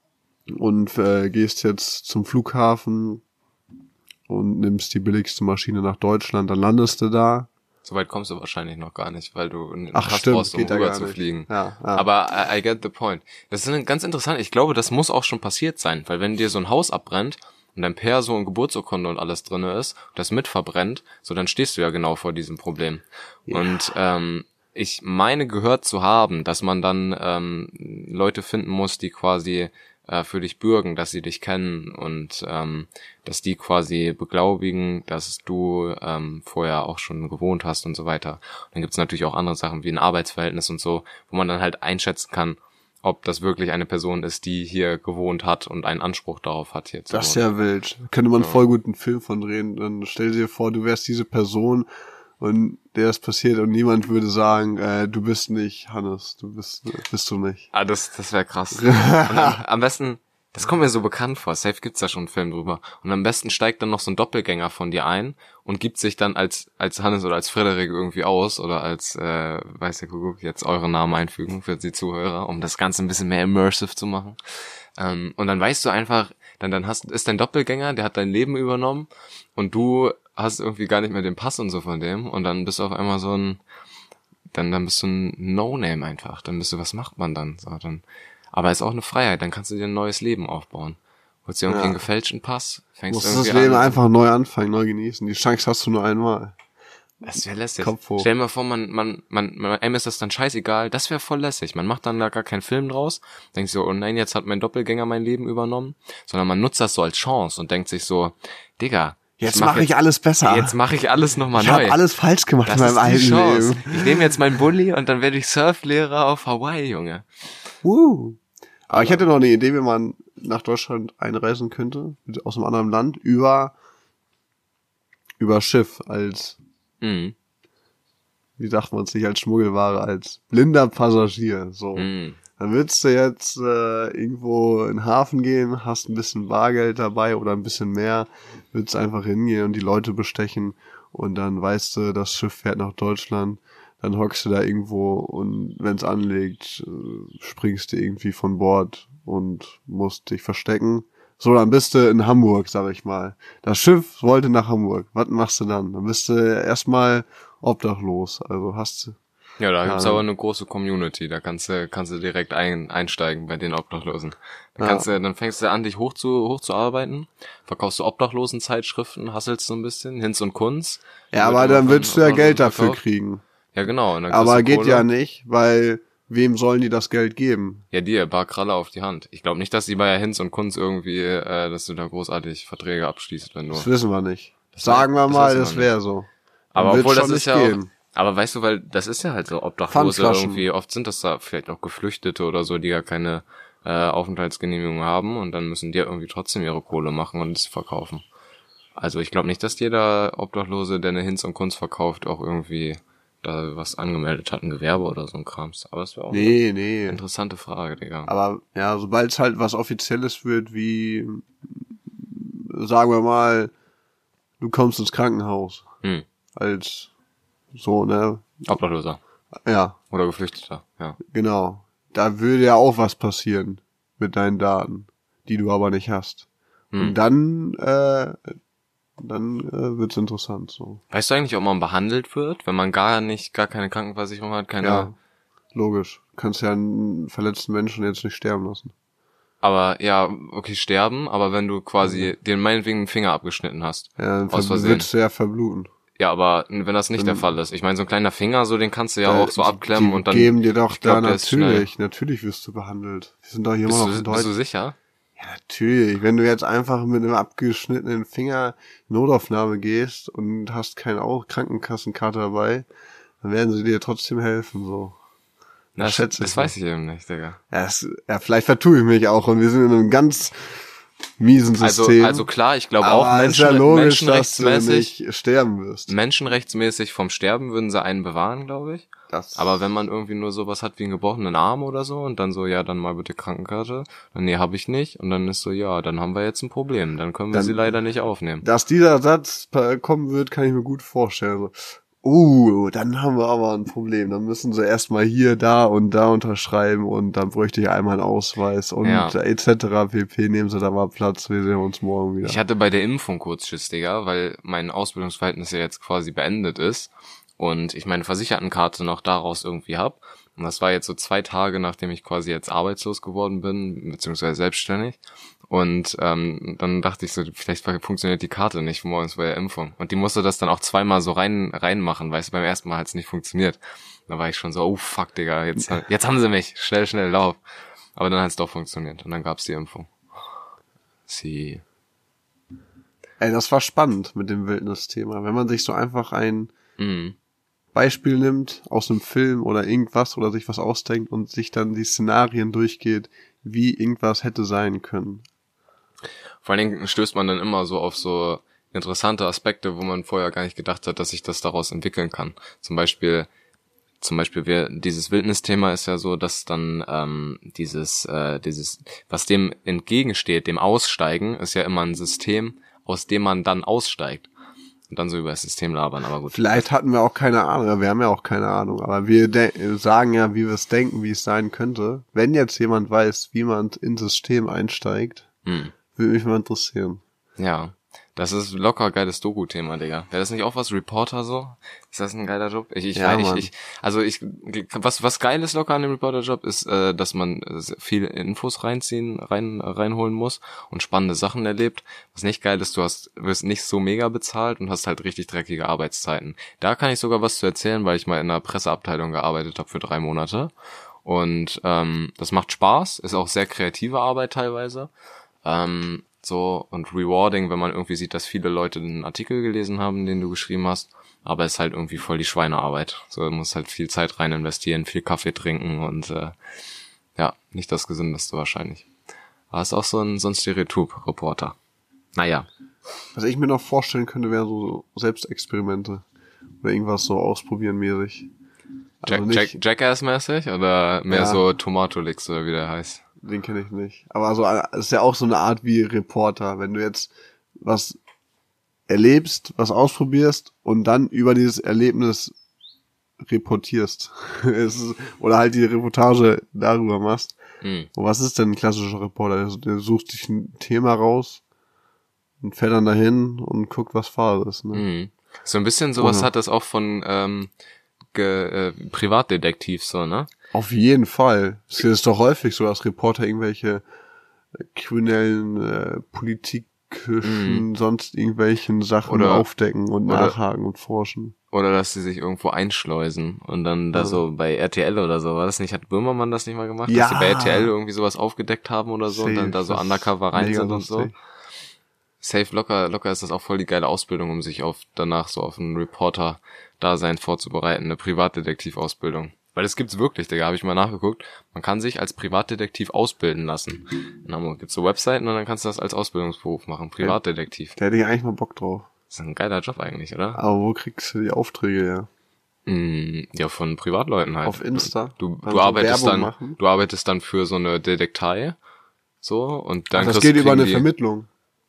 und äh, gehst jetzt zum Flughafen und nimmst die billigste Maschine nach Deutschland, dann landest du da. Soweit kommst du wahrscheinlich noch gar nicht, weil du einen Ach, Pass stimmt, brauchst, um geht ja rüber gar zu nicht. fliegen. Ja, ja. Aber I, I get the point. Das ist ganz interessant. Ich glaube, das muss auch schon passiert sein, weil wenn dir so ein Haus abbrennt und dein Perso und Geburtsurkunde und alles drinne ist, und das mit verbrennt, so dann stehst du ja genau vor diesem Problem. Ja. Und ähm, ich meine gehört zu haben, dass man dann ähm, Leute finden muss, die quasi äh, für dich bürgen, dass sie dich kennen und ähm, dass die quasi beglaubigen, dass du ähm, vorher auch schon gewohnt hast und so weiter. Und dann gibt's natürlich auch andere Sachen wie ein Arbeitsverhältnis und so, wo man dann halt einschätzen kann, ob das wirklich eine Person ist, die hier gewohnt hat und einen Anspruch darauf hat, hier zu Das ist wohnen. ja wild. Könnte man voll gut einen Film von drehen. Dann stell dir vor, du wärst diese Person und der ist passiert und niemand würde sagen, äh, du bist nicht Hannes, du bist bist du nicht. Ah, das, das wäre krass. Und am, am besten, das kommt mir so bekannt vor, safe gibt's da schon einen Film drüber. Und am besten steigt dann noch so ein Doppelgänger von dir ein und gibt sich dann als als Hannes oder als Frederik irgendwie aus oder als, äh, weiß der Kuckuck, jetzt eure Namen einfügen für die Zuhörer, um das Ganze ein bisschen mehr immersive zu machen. Ähm, und dann weißt du einfach, dann dann hast ist dein Doppelgänger, der hat dein Leben übernommen und du hast irgendwie gar nicht mehr den Pass und so von dem und dann bist du auf einmal so ein, dann dann bist du ein No-Name einfach. Dann bist du, was macht man dann? So, dann, aber ist auch eine Freiheit. Dann kannst du dir ein neues Leben aufbauen. Holst dir irgendwie Ja. einen gefälschten Pass, fängst Musst irgendwie das Leben an. einfach neu anfangen, neu genießen. Die Chance hast du nur einmal. Das wäre lässig. Kopf hoch. Stell dir mal vor, man, man, man, man, einem ist das dann scheißegal. Das wäre voll lässig. Man macht dann da gar keinen Film draus. Denkt so, oh nein, jetzt hat mein Doppelgänger mein Leben übernommen. Sondern man nutzt das so als Chance und denkt sich so, Digga, Jetzt mache ich alles besser. Jetzt mache ich alles nochmal ich neu. habe alles falsch gemacht Das in ist meinem die alten Chance. Leben. Ich nehme jetzt meinen Bulli und dann werde ich Surflehrer auf Hawaii, Junge. Uh. Aber ich hätte noch eine Idee, wie man nach Deutschland einreisen könnte, aus einem anderen Land, über über Schiff als, Mhm. wie sagt man es nicht, als Schmuggelware, als blinder Passagier. So. Mhm. Dann willst du jetzt äh, irgendwo in den Hafen gehen, hast ein bisschen Bargeld dabei oder ein bisschen mehr, willst einfach hingehen und die Leute bestechen und dann weißt du, das Schiff fährt nach Deutschland, dann hockst du da irgendwo und wenn es anlegt, äh, springst du irgendwie von Bord und musst dich verstecken. So, dann bist du in Hamburg, sag ich mal. Das Schiff wollte nach Hamburg. Was machst du dann? Dann bist du erstmal obdachlos. Also hast du Ja, da Ja, gibt's dann- aber eine große Community. Da kannst du, kannst du direkt ein, einsteigen bei den Obdachlosen. Da Ja. kannst du, dann fängst du an, dich hoch zu, hoch zu arbeiten. Verkaufst du Obdachlosenzeitschriften, hasselst so ein bisschen, Hinz und Kunz. Ja, Wird aber immer dann von willst du ja Obdachlosen Geld dafür verkauft. kriegen. Ja, genau. Und dann kriegst Aber du geht Kohle. ja nicht, weil wem sollen die das Geld geben? Ja, dir, bar Kralle auf die Hand. Ich glaube nicht, dass die bei Hinz und Kunz irgendwie, äh, dass du da großartig Verträge abschließt, wenn du. Das wissen wir nicht. Das Sagen wär- wir das mal, wissen wir das wäre so. Aber Dann obwohl wird's das schon ist nicht ja auch, gehen. aber weißt du, weil das ist ja halt so Obdachlose Pfandflaschen. irgendwie, oft sind das da vielleicht auch Geflüchtete oder so, die ja keine äh, Aufenthaltsgenehmigung haben und dann müssen die ja irgendwie trotzdem ihre Kohle machen und es verkaufen. Also ich glaube nicht, dass jeder Obdachlose, der eine Hinz und Kunst verkauft, auch irgendwie da was angemeldet hat, ein Gewerbe oder so ein Krams. Aber es wäre auch Nee, eine nee. interessante Frage, Digga. Aber ja, sobald es halt was Offizielles wird, wie, sagen wir mal, du kommst ins Krankenhaus Hm. als so, ne, Obdachloser. Ja, Oder Geflüchteter, ja. genau. Da würde ja auch was passieren mit deinen Daten, die du aber nicht hast. Hm. Und dann, äh, dann äh, wird's interessant, so. Weißt du eigentlich, ob man behandelt wird, wenn man gar nicht, gar keine Krankenversicherung hat, keine... Ja, logisch. Du kannst ja einen verletzten Menschen jetzt nicht sterben lassen. Aber, ja, okay, sterben, aber wenn du quasi den meinetwegen den Finger abgeschnitten hast. Ja, dann Aus ver- Versehen. würdest du ja verbluten. Ja, aber wenn das nicht Dann- der Fall ist. Ich meine, so ein kleiner Finger, so den kannst du ja Äh, auch so die- abklemmen die und dann... geben dir doch ich glaub, da der ist schnell. natürlich, natürlich wirst du behandelt. Wir sind doch hier Bist immer noch du, in bist du Deutschland. sicher? Ja, natürlich. Wenn du jetzt einfach mit einem abgeschnittenen Finger Notaufnahme gehst und hast keine auch Krankenkassenkarte dabei, dann werden sie dir trotzdem helfen, so. Na, das schätze das ich weiß ich eben nicht, Digga. Ja, das, ja, vielleicht vertue ich mich auch und wir sind in einem ganz miesen Also, System. also klar, ich glaube aber auch es ist ja Menschen, logisch, dass du menschenrechtsmäßig, nicht sterben wirst. menschenrechtsmäßig vom Sterben würden sie einen bewahren, glaube ich. Das, Aber wenn man irgendwie nur sowas hat wie einen gebrochenen Arm oder so und dann so, ja, dann mal bitte Krankenkarte, dann nee, habe ich nicht und dann ist so, ja, dann haben wir jetzt ein Problem, dann können wir Dann- sie leider nicht aufnehmen. dass dieser Satz äh, kommen wird, kann ich mir gut vorstellen. So, uh, dann haben wir aber ein Problem. Dann müssen sie erstmal hier, da und da unterschreiben und dann bräuchte ich einmal einen Ausweis und Ja. et cetera pp. Nehmen sie da mal Platz, wir sehen uns morgen wieder. Ich hatte bei der Impfung kurz Schiss, Digga, weil mein Ausbildungsverhältnis ja jetzt quasi beendet ist und ich meine Versichertenkarte noch daraus irgendwie hab. Und das war jetzt so zwei Tage, nachdem ich quasi jetzt arbeitslos geworden bin, beziehungsweise selbstständig. Und ähm, dann dachte ich so, vielleicht funktioniert die Karte nicht morgens bei der Impfung. Und die musste das dann auch zweimal so rein reinmachen, weißt du, beim ersten Mal hat's nicht funktioniert. Da war ich schon so, oh fuck, Digga, jetzt, jetzt haben sie mich, schnell, schnell, lauf. Aber dann hat's doch funktioniert und dann gab's die Impfung. Sie... Ey, das war spannend mit dem Wildnis-Thema. Wenn man sich so einfach ein Mhm. Beispiel nimmt aus einem Film oder irgendwas oder sich was ausdenkt und sich dann die Szenarien durchgeht, wie irgendwas hätte sein können. Vor allen Dingen stößt man dann immer so auf so interessante Aspekte, wo man vorher gar nicht gedacht hat, dass sich das daraus entwickeln kann. Zum Beispiel, zum Beispiel wir, dieses Wildnisthema ist ja so, dass dann ähm, dieses, äh, dieses, was dem entgegensteht, dem Aussteigen, ist ja immer ein System, aus dem man dann aussteigt. Und dann so über das System labern, aber gut. Vielleicht hatten wir auch keine Ahnung, wir haben ja auch keine Ahnung, aber wir de- sagen ja, wie wir es denken, wie es sein könnte. Wenn jetzt jemand weiß, wie man ins System einsteigt, Hm. würde mich mal interessieren. Ja, das ist locker geiles Doku-Thema, Digga. Wäre das nicht auch was, Reporter so? Ist das ein geiler Job? Ich, ich Ja, weiß Mann. nicht, ich, also ich, was, was geil ist locker an dem Reporter-Job ist, äh, dass man äh, viele Infos reinziehen, rein, reinholen muss und spannende Sachen erlebt. Was nicht geil ist, du hast, wirst nicht so mega bezahlt und hast halt richtig dreckige Arbeitszeiten. Da kann ich sogar was zu erzählen, weil ich mal in einer Presseabteilung gearbeitet habe für drei Monate. Und, ähm, das macht Spaß, ist auch sehr kreative Arbeit teilweise. Ähm, so und rewarding, wenn man irgendwie sieht, dass viele Leute den Artikel gelesen haben, den du geschrieben hast, aber es ist halt irgendwie voll die Schweinearbeit. So, du musst halt viel Zeit rein investieren, viel Kaffee trinken und äh, ja, nicht das Gesündeste wahrscheinlich. Aber ist auch so ein, so ein Stereotyp-Reporter. Naja. Was ich mir noch vorstellen könnte, wären so Selbstexperimente oder irgendwas so ausprobieren mäßig. Jack, Also nicht, Jack, Jackass-mäßig oder mehr Ja. so Tomatolix oder wie der heißt? Den kenne ich nicht. Aber so, es ist ja auch so eine Art wie Reporter. Wenn du jetzt was erlebst, was ausprobierst und dann über dieses Erlebnis reportierst. Es ist, oder halt die Reportage darüber machst. Hm. Und was ist denn ein klassischer Reporter? Der, der sucht sich ein Thema raus und fährt dann dahin und guckt, was Phase ist. Ne? Mhm. So ein bisschen sowas Ohne. hat das auch von ähm, ge, äh, Privatdetektiv so, ne? Auf jeden Fall. Es ist doch häufig so, dass Reporter irgendwelche äh, kriminellen, äh, politikischen, sonst irgendwelchen Sachen Oder- aufdecken und oder- nachhaken und forschen. Oder dass sie sich irgendwo einschleusen und dann da Ja. so bei R T L oder so, war das nicht, hat Böhmermann das nicht mal gemacht? Ja. Dass sie bei R T L irgendwie sowas aufgedeckt haben oder so und dann da so Das ist undercover rein mega sind und so. lustig. Safe locker, locker ist das auch voll die geile Ausbildung, um sich auf danach so auf ein Reporter-Dasein vorzubereiten, eine Privatdetektiv-Ausbildung. Weil das gibt's wirklich, Digga, habe ich mal nachgeguckt. Man kann sich als Privatdetektiv ausbilden lassen. In Hamburg gibt's so Webseiten und dann kannst du das als Ausbildungsberuf machen, Privatdetektiv. Da hätte ich eigentlich mal Bock drauf. Das ist ein geiler Job eigentlich, oder? Aber wo kriegst du die Aufträge her? Mm, ja, von Privatleuten halt. Auf Insta? Du, Dann du so arbeitest Werbung dann, machen? du arbeitest dann für so eine Detektei, so, und dann Ach, das kriegst- geht über kriegen eine die, Vermittlung.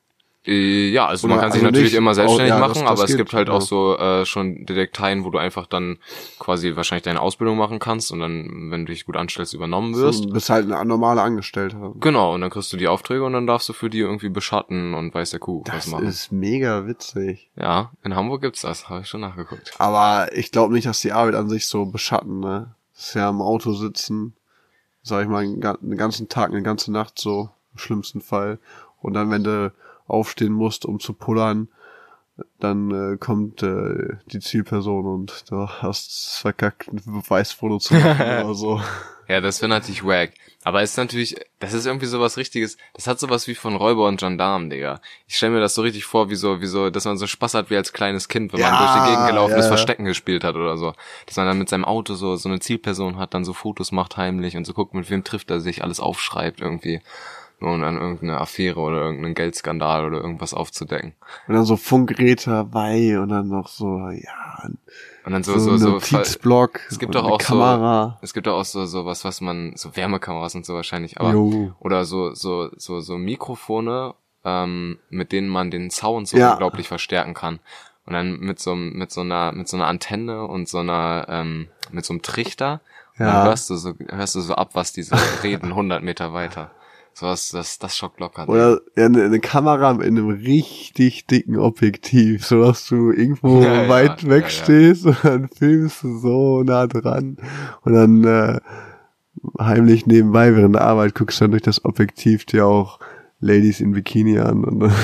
Äh, ja, also Oder, man kann sich also natürlich nicht, immer selbstständig oh, ja, machen, das- das aber es geht, gibt halt ja. auch so äh, schon Detekteien, wo du einfach dann quasi wahrscheinlich deine Ausbildung machen kannst und dann, wenn du dich gut anstellst, übernommen wirst. Du bist halt ein normaler Angestellter. Genau, und dann kriegst du die Aufträge und dann darfst du für die irgendwie beschatten und weiß der Kuh was Das machen. ist mega witzig. Ja, in Hamburg gibt's das, habe ich schon nachgeguckt. Aber ich glaube nicht, dass die Arbeit an sich so beschatten, ne? Das ist ja im Auto sitzen, sag ich mal, einen ga- einen ganzen Tag, eine ganze Nacht so, im schlimmsten Fall. Und dann, wenn du aufstehen musst, um zu pullern, dann äh, kommt äh, die Zielperson und du hast es verkackt, ein Beweisfoto zu machen oder so. Ja, das wäre natürlich wack. Aber es ist natürlich, das ist irgendwie sowas Richtiges, das hat sowas wie von Räuber und Gendarmen, Digga. Ich stelle mir das so richtig vor, wie so, wie so, dass man so Spaß hat wie als kleines Kind, wenn man Ja, durch die Gegend gelaufen ist, ja. Verstecken gespielt hat oder so. Dass man dann mit seinem Auto so, so eine Zielperson hat, dann so Fotos macht heimlich und so guckt, mit wem trifft er sich, alles aufschreibt irgendwie. Nur um dann irgendeine Affäre oder irgendeinen Geldskandal oder irgendwas aufzudecken. Und dann so Funkgeräte dabei und dann noch so, ja, Und dann so, so, so, ein so, Notizblock, es gibt und doch eine auch Kamera. so, es gibt doch auch so, so was, was man, so Wärmekameras und so wahrscheinlich, aber, Jo. oder so, so, so, so Mikrofone, ähm, mit denen man den Sound so Ja. unglaublich verstärken kann. Und dann mit so, einem- mit so einer, mit so einer Antenne und so einer, ähm, mit so einem Trichter. Und Ja. dann hörst du so, hörst du so ab, was diese reden, hundert Meter weiter. Sowas, das, das schockt locker. Oder ja, eine, eine Kamera in einem richtig dicken Objektiv, so dass du irgendwo Ja, ja, weit weg ja, ja. stehst und dann filmst du so nah dran und dann äh, heimlich nebenbei während der Arbeit guckst du dann durch das Objektiv dir auch Ladies in Bikini an und dann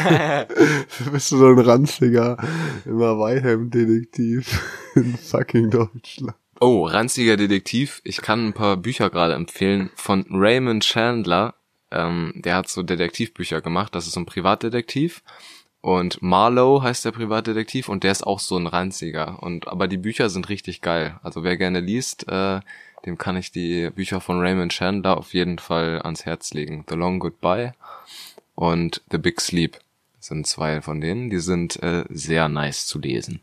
bist du so ein ranziger, immer weiter im Detektiv in fucking Deutschland. Oh, ranziger Detektiv. Ich kann ein paar Bücher gerade empfehlen von Raymond Chandler. Ähm, der hat so Detektivbücher gemacht. Das ist so ein Privatdetektiv. Und Marlowe heißt der Privatdetektiv und der ist auch so ein ranziger. Und aber die Bücher sind richtig geil. Also wer gerne liest, äh, dem kann ich die Bücher von Raymond Chandler auf jeden Fall ans Herz legen. The Long Goodbye und The Big Sleep sind zwei von denen. Die sind äh, sehr nice zu lesen.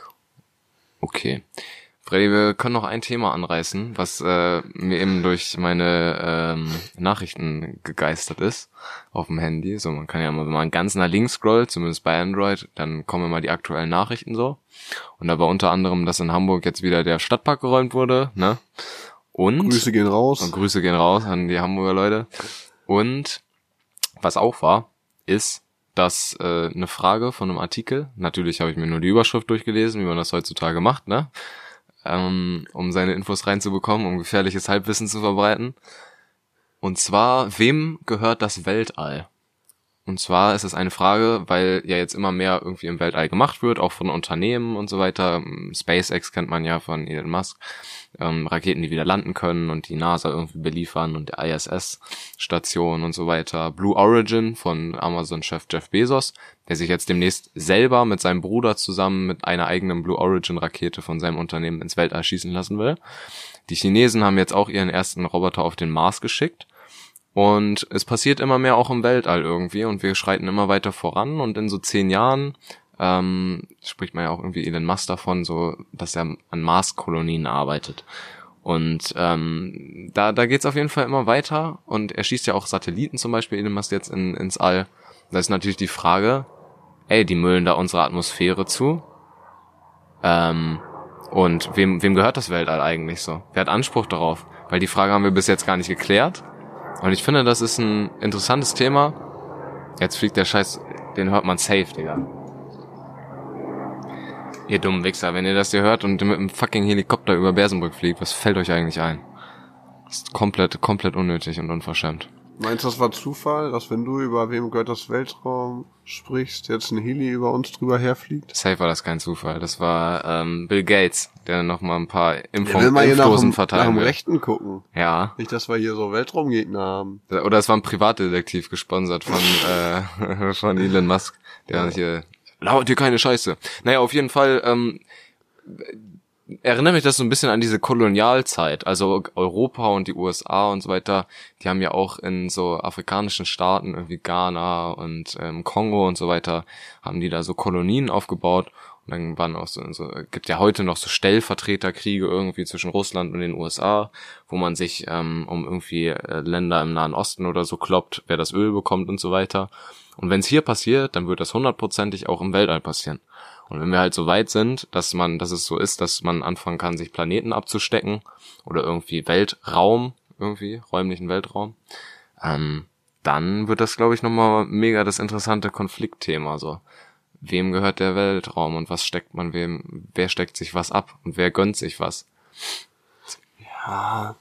Okay. Freddy, wir können noch ein Thema anreißen, was äh, mir eben durch meine ähm, Nachrichten gegeistert ist auf dem Handy. So, man kann ja mal, wenn man ganz nach links scrollt, zumindest bei Android, dann kommen immer die aktuellen Nachrichten so. Und da war unter anderem, dass in Hamburg jetzt wieder der Stadtpark geräumt wurde, ne? Und Grüße gehen raus. und Grüße gehen raus an die Hamburger Leute. Und was auch war, ist, dass äh, eine Frage von einem Artikel, natürlich habe ich mir nur die Überschrift durchgelesen, wie man das heutzutage macht, ne? Ähm, um seine Infos reinzubekommen, um gefährliches Halbwissen zu verbreiten. Und zwar, wem gehört das Weltall? Und zwar ist es eine Frage, weil ja jetzt immer mehr irgendwie im Weltall gemacht wird, auch von Unternehmen und so weiter. SpaceX kennt man ja von Elon Musk. Ähm, Raketen, die wieder landen können und die NASA irgendwie beliefern und der I S S-Station und so weiter. Blue Origin von Amazon-Chef Jeff Bezos, der sich jetzt demnächst selber mit seinem Bruder zusammen mit einer eigenen Blue Origin-Rakete von seinem Unternehmen ins Weltall schießen lassen will. Die Chinesen haben jetzt auch ihren ersten Roboter auf den Mars geschickt. Und es passiert immer mehr auch im Weltall irgendwie und wir schreiten immer weiter voran und in so zehn Jahren ähm, spricht man ja auch irgendwie Elon Musk davon, so dass er an Mars-Kolonien arbeitet. Und ähm, da da geht's auf jeden Fall immer weiter und er schießt ja auch Satelliten zum Beispiel, Elon Musk jetzt in, ins All. Da ist natürlich die Frage, ey, die müllen da unsere Atmosphäre zu. Ähm, und wem wem gehört das Weltall eigentlich so? Wer hat Anspruch darauf? Weil die Frage haben wir bis jetzt gar nicht geklärt. Und ich finde, das ist ein interessantes Thema. Jetzt fliegt der Scheiß, den hört man safe, Digga. Ihr dummen Wichser, wenn ihr das hier hört und mit einem fucking Helikopter über Bersenbrück fliegt, was fällt euch eigentlich ein? Das ist komplett, komplett unnötig und unverschämt. Meinst du, das war Zufall, dass wenn du über wem gehört das Weltraum sprichst, jetzt ein Heli über uns drüber herfliegt? Safe war das kein Zufall. Das war ähm, Bill Gates, der noch mal ein paar Impfung, Ja, will man hier nach dem, Impfdosen nach verteilen dem will. Rechten gucken. Ja. Nicht, dass wir hier so Weltraumgegner haben. Oder es war ein Privatdetektiv gesponsert von äh, von Elon Musk, der Ja. hier laut dir keine Scheiße. Naja, auf jeden Fall ähm, erinnert mich das so ein bisschen an diese Kolonialzeit. Also Europa und die U S A und so weiter, die haben ja auch in so afrikanischen Staaten, irgendwie Ghana und ähm, Kongo und so weiter, haben die da so Kolonien aufgebaut. Und dann waren auch so, so, gibt ja heute noch so Stellvertreterkriege irgendwie zwischen Russland und den U S A, wo man sich ähm, um irgendwie äh, Länder im Nahen Osten oder so kloppt, wer das Öl bekommt und so weiter. Und wenn es hier passiert, dann wird das hundertprozentig auch im Weltall passieren. Und wenn wir halt so weit sind, dass man, dass es so ist, dass man anfangen kann, sich Planeten abzustecken oder irgendwie Weltraum, irgendwie, räumlichen Weltraum, ähm, dann wird das, glaube ich, nochmal mega das interessante Konfliktthema, so. Wem gehört der Weltraum und was steckt man wem, wer steckt sich was ab und wer gönnt sich was? Ja,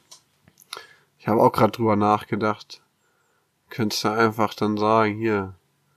ich habe auch gerade drüber nachgedacht. Könntest du einfach dann sagen, hier,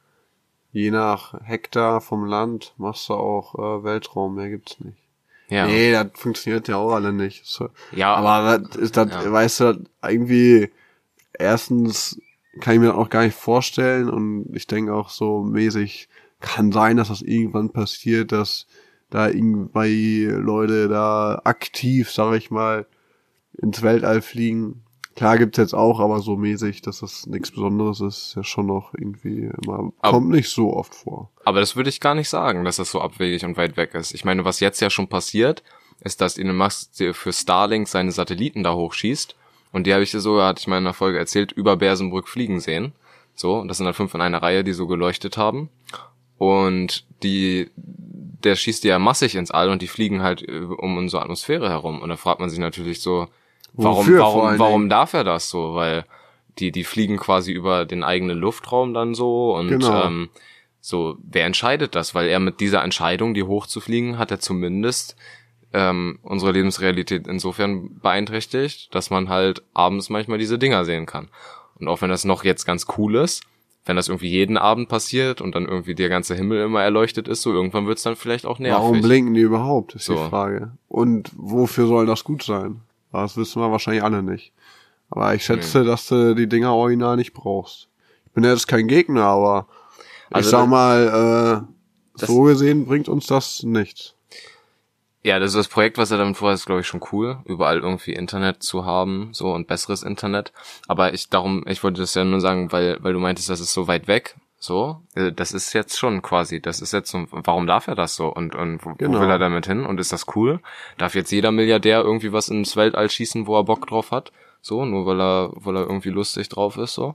je nach Hektar vom Land machst du auch äh, Weltraum, mehr gibt's nicht. Ja. Nee, das funktioniert ja auch alle nicht. So. Ja. Aber das ist das, Ja. weißt du, irgendwie, erstens kann ich mir das auch gar nicht vorstellen und ich denke auch so mäßig, kann sein, dass das irgendwann passiert, dass da irgendwie Leute da aktiv, sag ich mal, ins Weltall fliegen. Klar gibt's jetzt auch, aber so mäßig, dass das nichts Besonderes ist, ist ja schon noch irgendwie immer, Aber- kommt nicht so oft vor. Aber das würde ich gar nicht sagen, dass das so abwegig und weit weg ist. Ich meine, was jetzt ja schon passiert, ist, dass Elon Musk für Starlink seine Satelliten da hochschießt. Und die habe ich dir sogar, hatte ich mal in einer Folge erzählt, über Bersenbrück fliegen sehen. So, und das sind halt fünf in einer Reihe, die so geleuchtet haben. Und die, der schießt die ja massig ins All und die fliegen halt äh, um unsere Atmosphäre herum. Und da fragt man sich natürlich so, warum, Wofür vor warum, allen warum Dingen? darf er das so? Weil die, die fliegen quasi über den eigenen Luftraum dann so und Genau. ähm, so, wer entscheidet das? Weil er mit dieser Entscheidung, die hochzufliegen, hat er zumindest ähm, unsere Lebensrealität insofern beeinträchtigt, dass man halt abends manchmal diese Dinger sehen kann. Und auch wenn das noch jetzt ganz cool ist, wenn das irgendwie jeden Abend passiert und dann irgendwie der ganze Himmel immer erleuchtet ist, so irgendwann wird's dann vielleicht auch nervig. Warum blinken die überhaupt, ist So. die Frage. Und wofür soll das gut sein? Das wissen wir wahrscheinlich alle nicht. Aber ich schätze, dass du die Dinger original nicht brauchst. Ich bin ja jetzt kein Gegner, aber Also ich sag das- mal, äh, das- so gesehen bringt uns das nichts. Ja, das ist das Projekt, was er damit vorhat, ist, glaube ich, schon cool, überall irgendwie Internet zu haben, so, und besseres Internet. Aber ich, darum, ich wollte das ja nur sagen, weil, weil du meintest, das ist so weit weg, so, äh, das ist jetzt schon quasi, das ist jetzt so, warum darf er das so? Und, und wo, Genau. wo will er damit hin? Und ist das cool? Darf jetzt jeder Milliardär irgendwie was ins Weltall schießen, wo er Bock drauf hat? So, nur weil er, weil er irgendwie lustig drauf ist, so.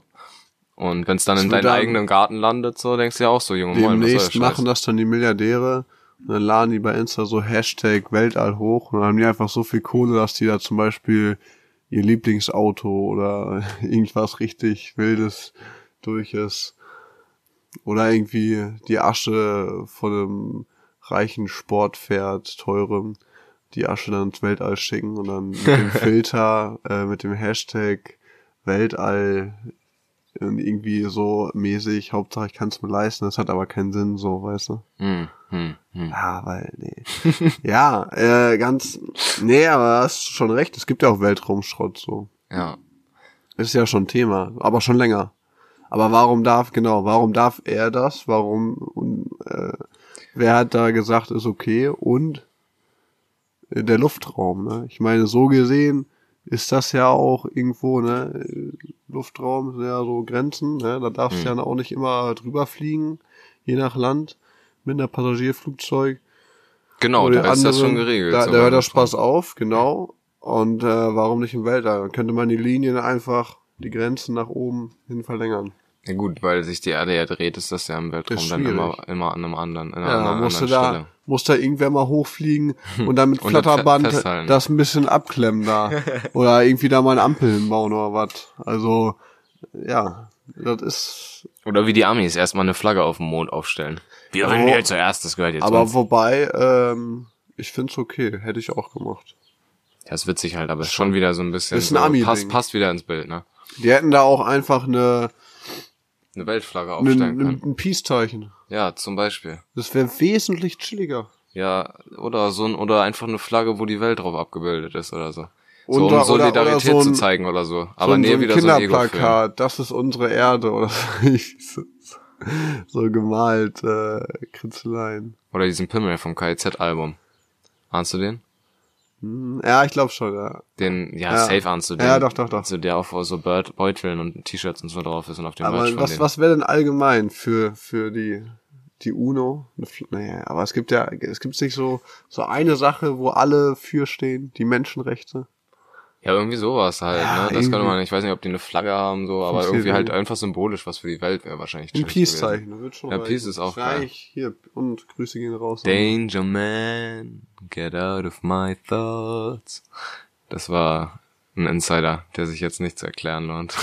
Und wenn es dann Das in wird deinem dann eigenen Garten landet, so, denkst du ja auch so, Junge, moin, was soll der Demnächst Scheiß? machen das dann die Milliardäre und dann laden die bei Insta so Hashtag Weltall hoch und dann haben die einfach so viel Kohle, dass die da zum Beispiel ihr Lieblingsauto oder irgendwas richtig Wildes durch ist oder irgendwie die Asche von einem reichen Sportpferd, teurem, die Asche dann ins Weltall schicken und dann mit dem Filter, äh, mit dem Hashtag Weltall und irgendwie so mäßig, Hauptsache ich kann es mir leisten, das hat aber keinen Sinn, so, weißt du? Hm, hm, hm. Ja, weil, nee. ja, äh, ganz, nee, aber hast schon recht, es gibt ja auch Weltraumschrott, so. Ja. Ist ja schon Thema, aber schon länger. Aber warum darf, genau, warum darf er das? Warum, und, äh, wer hat da gesagt, ist okay? Und äh, der Luftraum, ne? Ich meine, so gesehen ist das ja auch irgendwo, ne? Luftraum sind ja so Grenzen, ne? Da darfst du Hm. ja auch nicht immer drüber fliegen, je nach Land, mit einer Passagierflugzeug. Genau, Oder da ist das andere- schon geregelt. Da, so da hört der beim Spaß auf, genau. Und äh, warum nicht im Weltall? Dann könnte man die Linien einfach, die Grenzen nach oben hin verlängern. Ja gut, weil sich die Erde ja dreht, ist das ja im Weltraum ist dann schwierig. immer, immer an einem anderen, in einer Ja, anderen, musste anderen da, Stelle. muss da irgendwer mal hochfliegen und dann mit Und das Flatterband fe- festhalten. das ein bisschen abklemmen da. Oder irgendwie da mal eine Ampel hinbauen oder was. Also, ja, das ist, Oder wie die Amis erstmal eine Flagge auf dem Mond aufstellen. Wir Aber- rennen hier zuerst, das gehört jetzt aber uns. wobei, ähm, ich find's okay, hätte ich auch gemacht. Ja, ist witzig halt, aber ist schon wieder so ein bisschen, Ist ein so, Ami-Ding. passt, passt wieder ins Bild, ne? Die hätten da auch einfach eine, Eine Weltflagge eine, aufstellen eine können. ein Peace-Zeichen. Ja, zum Beispiel. Das wäre wesentlich chilliger. Ja, oder so ein, oder einfach eine Flagge, wo die Welt drauf abgebildet ist oder so. So, Oder- um oder- Solidarität oder so zu ein- zeigen oder so. So Aber ein, nee, so ein wieder so ein Ego-Film. Kinderplakat, das ist unsere Erde oder so, so gemalt, äh, Kritzeleien. Oder diesen Pimmel vom K I Z-Album. Ahnst du den? Hm, ja, ich glaube schon, ja. Den, ja, Ja. safe ahnst du den. Ja, doch, doch, doch. So der auf so Bird Beuteln und T-Shirts und so drauf ist und auf dem Merch Aber von was, denen. was wäre denn allgemein für, für die, die UNO? Eine Fl- Naja, aber es gibt ja, es gibt nicht so, so eine Sache, wo alle für stehen, die Menschenrechte. Ja, irgendwie sowas halt, Ja, ne? Das irgendwie. könnte man, ich weiß nicht, ob die eine Flagge haben, so, aber Funktioniert irgendwie halt irgendwie. einfach symbolisch was für die Welt wäre wahrscheinlich Ein chillig gewesen. Peace-Zeichen, das wird schon Ja, reichen. Peace ist auch geil. Reich, hier, und Grüße gehen raus. Danger Man, get out of my thoughts. Das war ein Insider, der sich jetzt nicht zu erklären lohnt.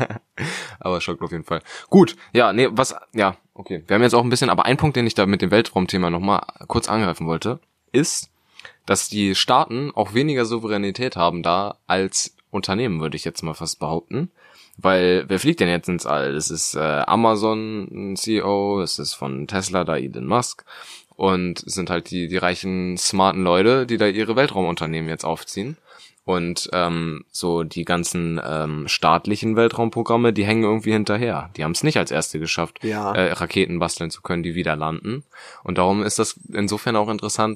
Aber schockt auf jeden Fall. Gut, ja, nee, was, ja, okay. Wir haben jetzt auch ein bisschen, aber ein Punkt, den ich da mit dem Weltraumthema nochmal kurz angreifen wollte, ist, dass die Staaten auch weniger Souveränität haben da als Unternehmen, würde ich jetzt mal fast behaupten. Weil, wer fliegt denn jetzt ins All? Das ist äh, Amazon, ein C E O, es ist von Tesla, da Elon Musk. Und es sind halt die, die reichen, smarten Leute, die da ihre Weltraumunternehmen jetzt aufziehen. Und ähm, so die ganzen ähm, staatlichen Weltraumprogramme, die hängen irgendwie hinterher. Die haben es nicht als erste geschafft, Ja. äh, Raketen basteln zu können, die wieder landen. Und darum ist das insofern auch interessant,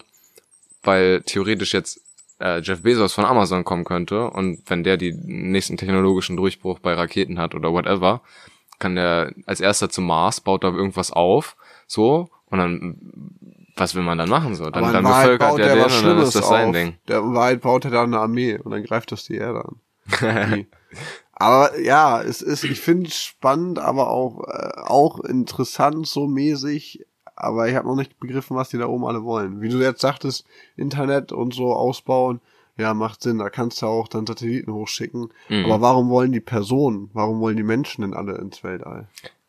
weil theoretisch jetzt äh, Jeff Bezos von Amazon kommen könnte und wenn der die nächsten technologischen Durchbruch bei Raketen hat oder whatever, kann der als erster zum Mars, baut da irgendwas auf, so, und dann, was will man dann machen, so? Dann, Aber in dann Wahrheit bevölkert baut der der den was und dann ist Schlimmes das sein auf. Ding. Der in Wahrheit baut er da eine Armee und dann greift das die Erde an. Die. Aber ja, es ist, ich finde es spannend, aber auch, äh, auch interessant so mäßig, aber ich habe noch nicht begriffen, was die da oben alle wollen. Wie du jetzt sagtest, Internet und so ausbauen, ja, macht Sinn, da kannst du auch dann Satelliten hochschicken. Mhm. Aber warum wollen die Personen, warum wollen die Menschen denn alle ins Weltall?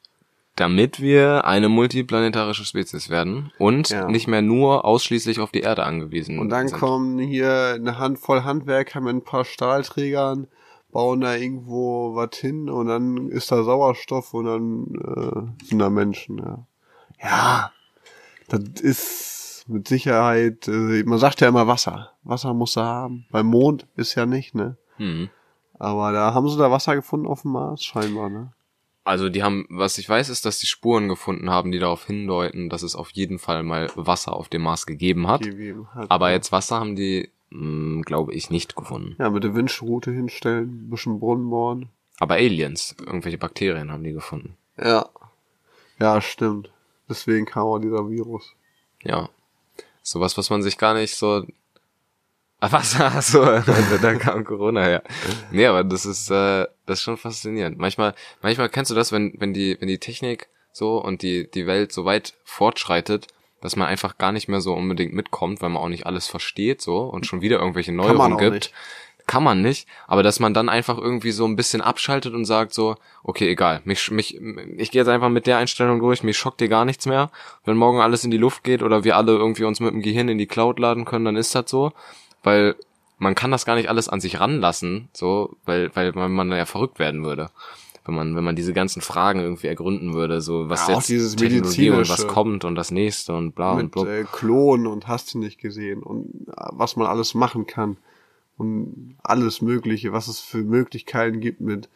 Damit wir eine multiplanetarische Spezies werden und Ja. nicht mehr nur ausschließlich auf die Erde angewiesen Und dann sind. kommen hier eine Handvoll Handwerker mit ein paar Stahlträgern, bauen da irgendwo was hin und dann ist da Sauerstoff und dann äh, sind da Menschen, ja. Ja, das ist mit Sicherheit, äh, man sagt ja immer Wasser. Wasser muss er haben. Beim Mond ist ja nicht, ne? Mhm. Aber da haben sie da Wasser gefunden auf dem Mars, scheinbar, ne? Also die haben, was ich weiß, ist, dass die Spuren gefunden haben, die darauf hindeuten, dass es auf jeden Fall mal Wasser auf dem Mars gegeben hat. Gegeben hat. Aber jetzt Wasser haben die, mh, glaube ich, nicht gefunden. Ja, mit der Windschroute hinstellen, ein bisschen Brunnen bohren. Aber Aliens, irgendwelche Bakterien haben die gefunden. Ja. Ja, stimmt. Deswegen kam auch dieser Virus. Ja. Sowas, was man sich gar nicht so... Ah, was? Ach so, da kam Corona her. Nee, aber das ist, äh, das ist schon faszinierend. Manchmal, manchmal kennst du das, wenn, wenn die, wenn die Technik so und die, die Welt so weit fortschreitet, dass man einfach gar nicht mehr so unbedingt mitkommt, weil man auch nicht alles versteht, so, und schon wieder irgendwelche man Neuerungen auch gibt. nicht. Kann man nicht, aber dass man dann einfach irgendwie so ein bisschen abschaltet und sagt so, okay, egal, mich, mich, ich gehe jetzt einfach mit der Einstellung durch, mich schockt dir gar nichts mehr. Wenn morgen alles in die Luft geht oder wir alle irgendwie uns mit dem Gehirn in die Cloud laden können, dann ist das so, weil man kann das gar nicht alles an sich ranlassen, so, weil, weil man, man ja verrückt werden würde. Wenn man, wenn man diese ganzen Fragen irgendwie ergründen würde, so, was Ja, auch jetzt dieses Technologie und was Medizinische. kommt und das nächste und bla und Mit blub. äh, Klonen und hast du nicht gesehen und äh, was man alles machen kann und alles Mögliche, was es für Möglichkeiten gibt mit,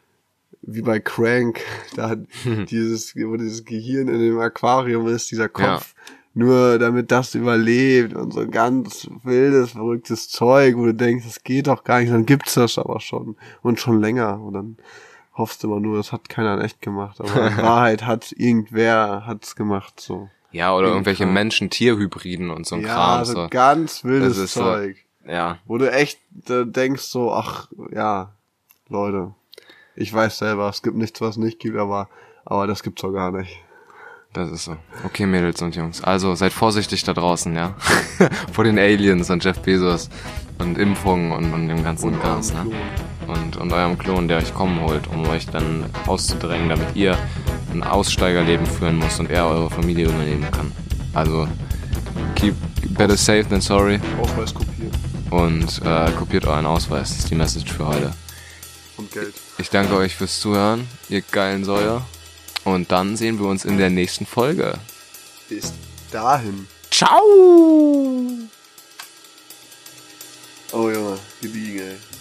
wie bei Crank, da hat dieses, wo dieses Gehirn in dem Aquarium ist, dieser Kopf, nur damit das überlebt und so ganz wildes, verrücktes Zeug, wo du denkst, das geht doch gar nicht, dann gibt's das aber schon und schon länger und dann hoffst du immer nur, das hat keiner in echt gemacht, aber in Wahrheit hat irgendwer hat's gemacht, so. Ja, oder Jeden irgendwelche Fall. Menschen-Tier-Hybriden und so ein Ja, Kram. so So. ganz wildes Das ist so- Zeug. Ja, Wo du echt äh, denkst so, ach, ja, Leute, ich weiß selber, es gibt nichts, was es nicht gibt, aber, aber das gibt's doch gar nicht. das ist so. Okay, Mädels und Jungs. Also, seid vorsichtig da draußen, ja. Vor den Aliens und Jeff Bezos und Impfungen und, und dem ganzen Und Gas, eurem ne? Und, und eurem Klon, der euch kommen holt, um euch dann auszudrängen, damit ihr ein Aussteigerleben führen müsst und er eure Familie übernehmen kann. Also, keep better safe than sorry Ausweis kopieren und äh, kopiert euren Ausweis. Das ist die Message für heute. und Geld. Ich danke euch fürs Zuhören, ihr geilen Säuer. Und dann sehen wir uns in der nächsten Folge. Bis dahin. Ciao! Oh Junge, gediegen, ey.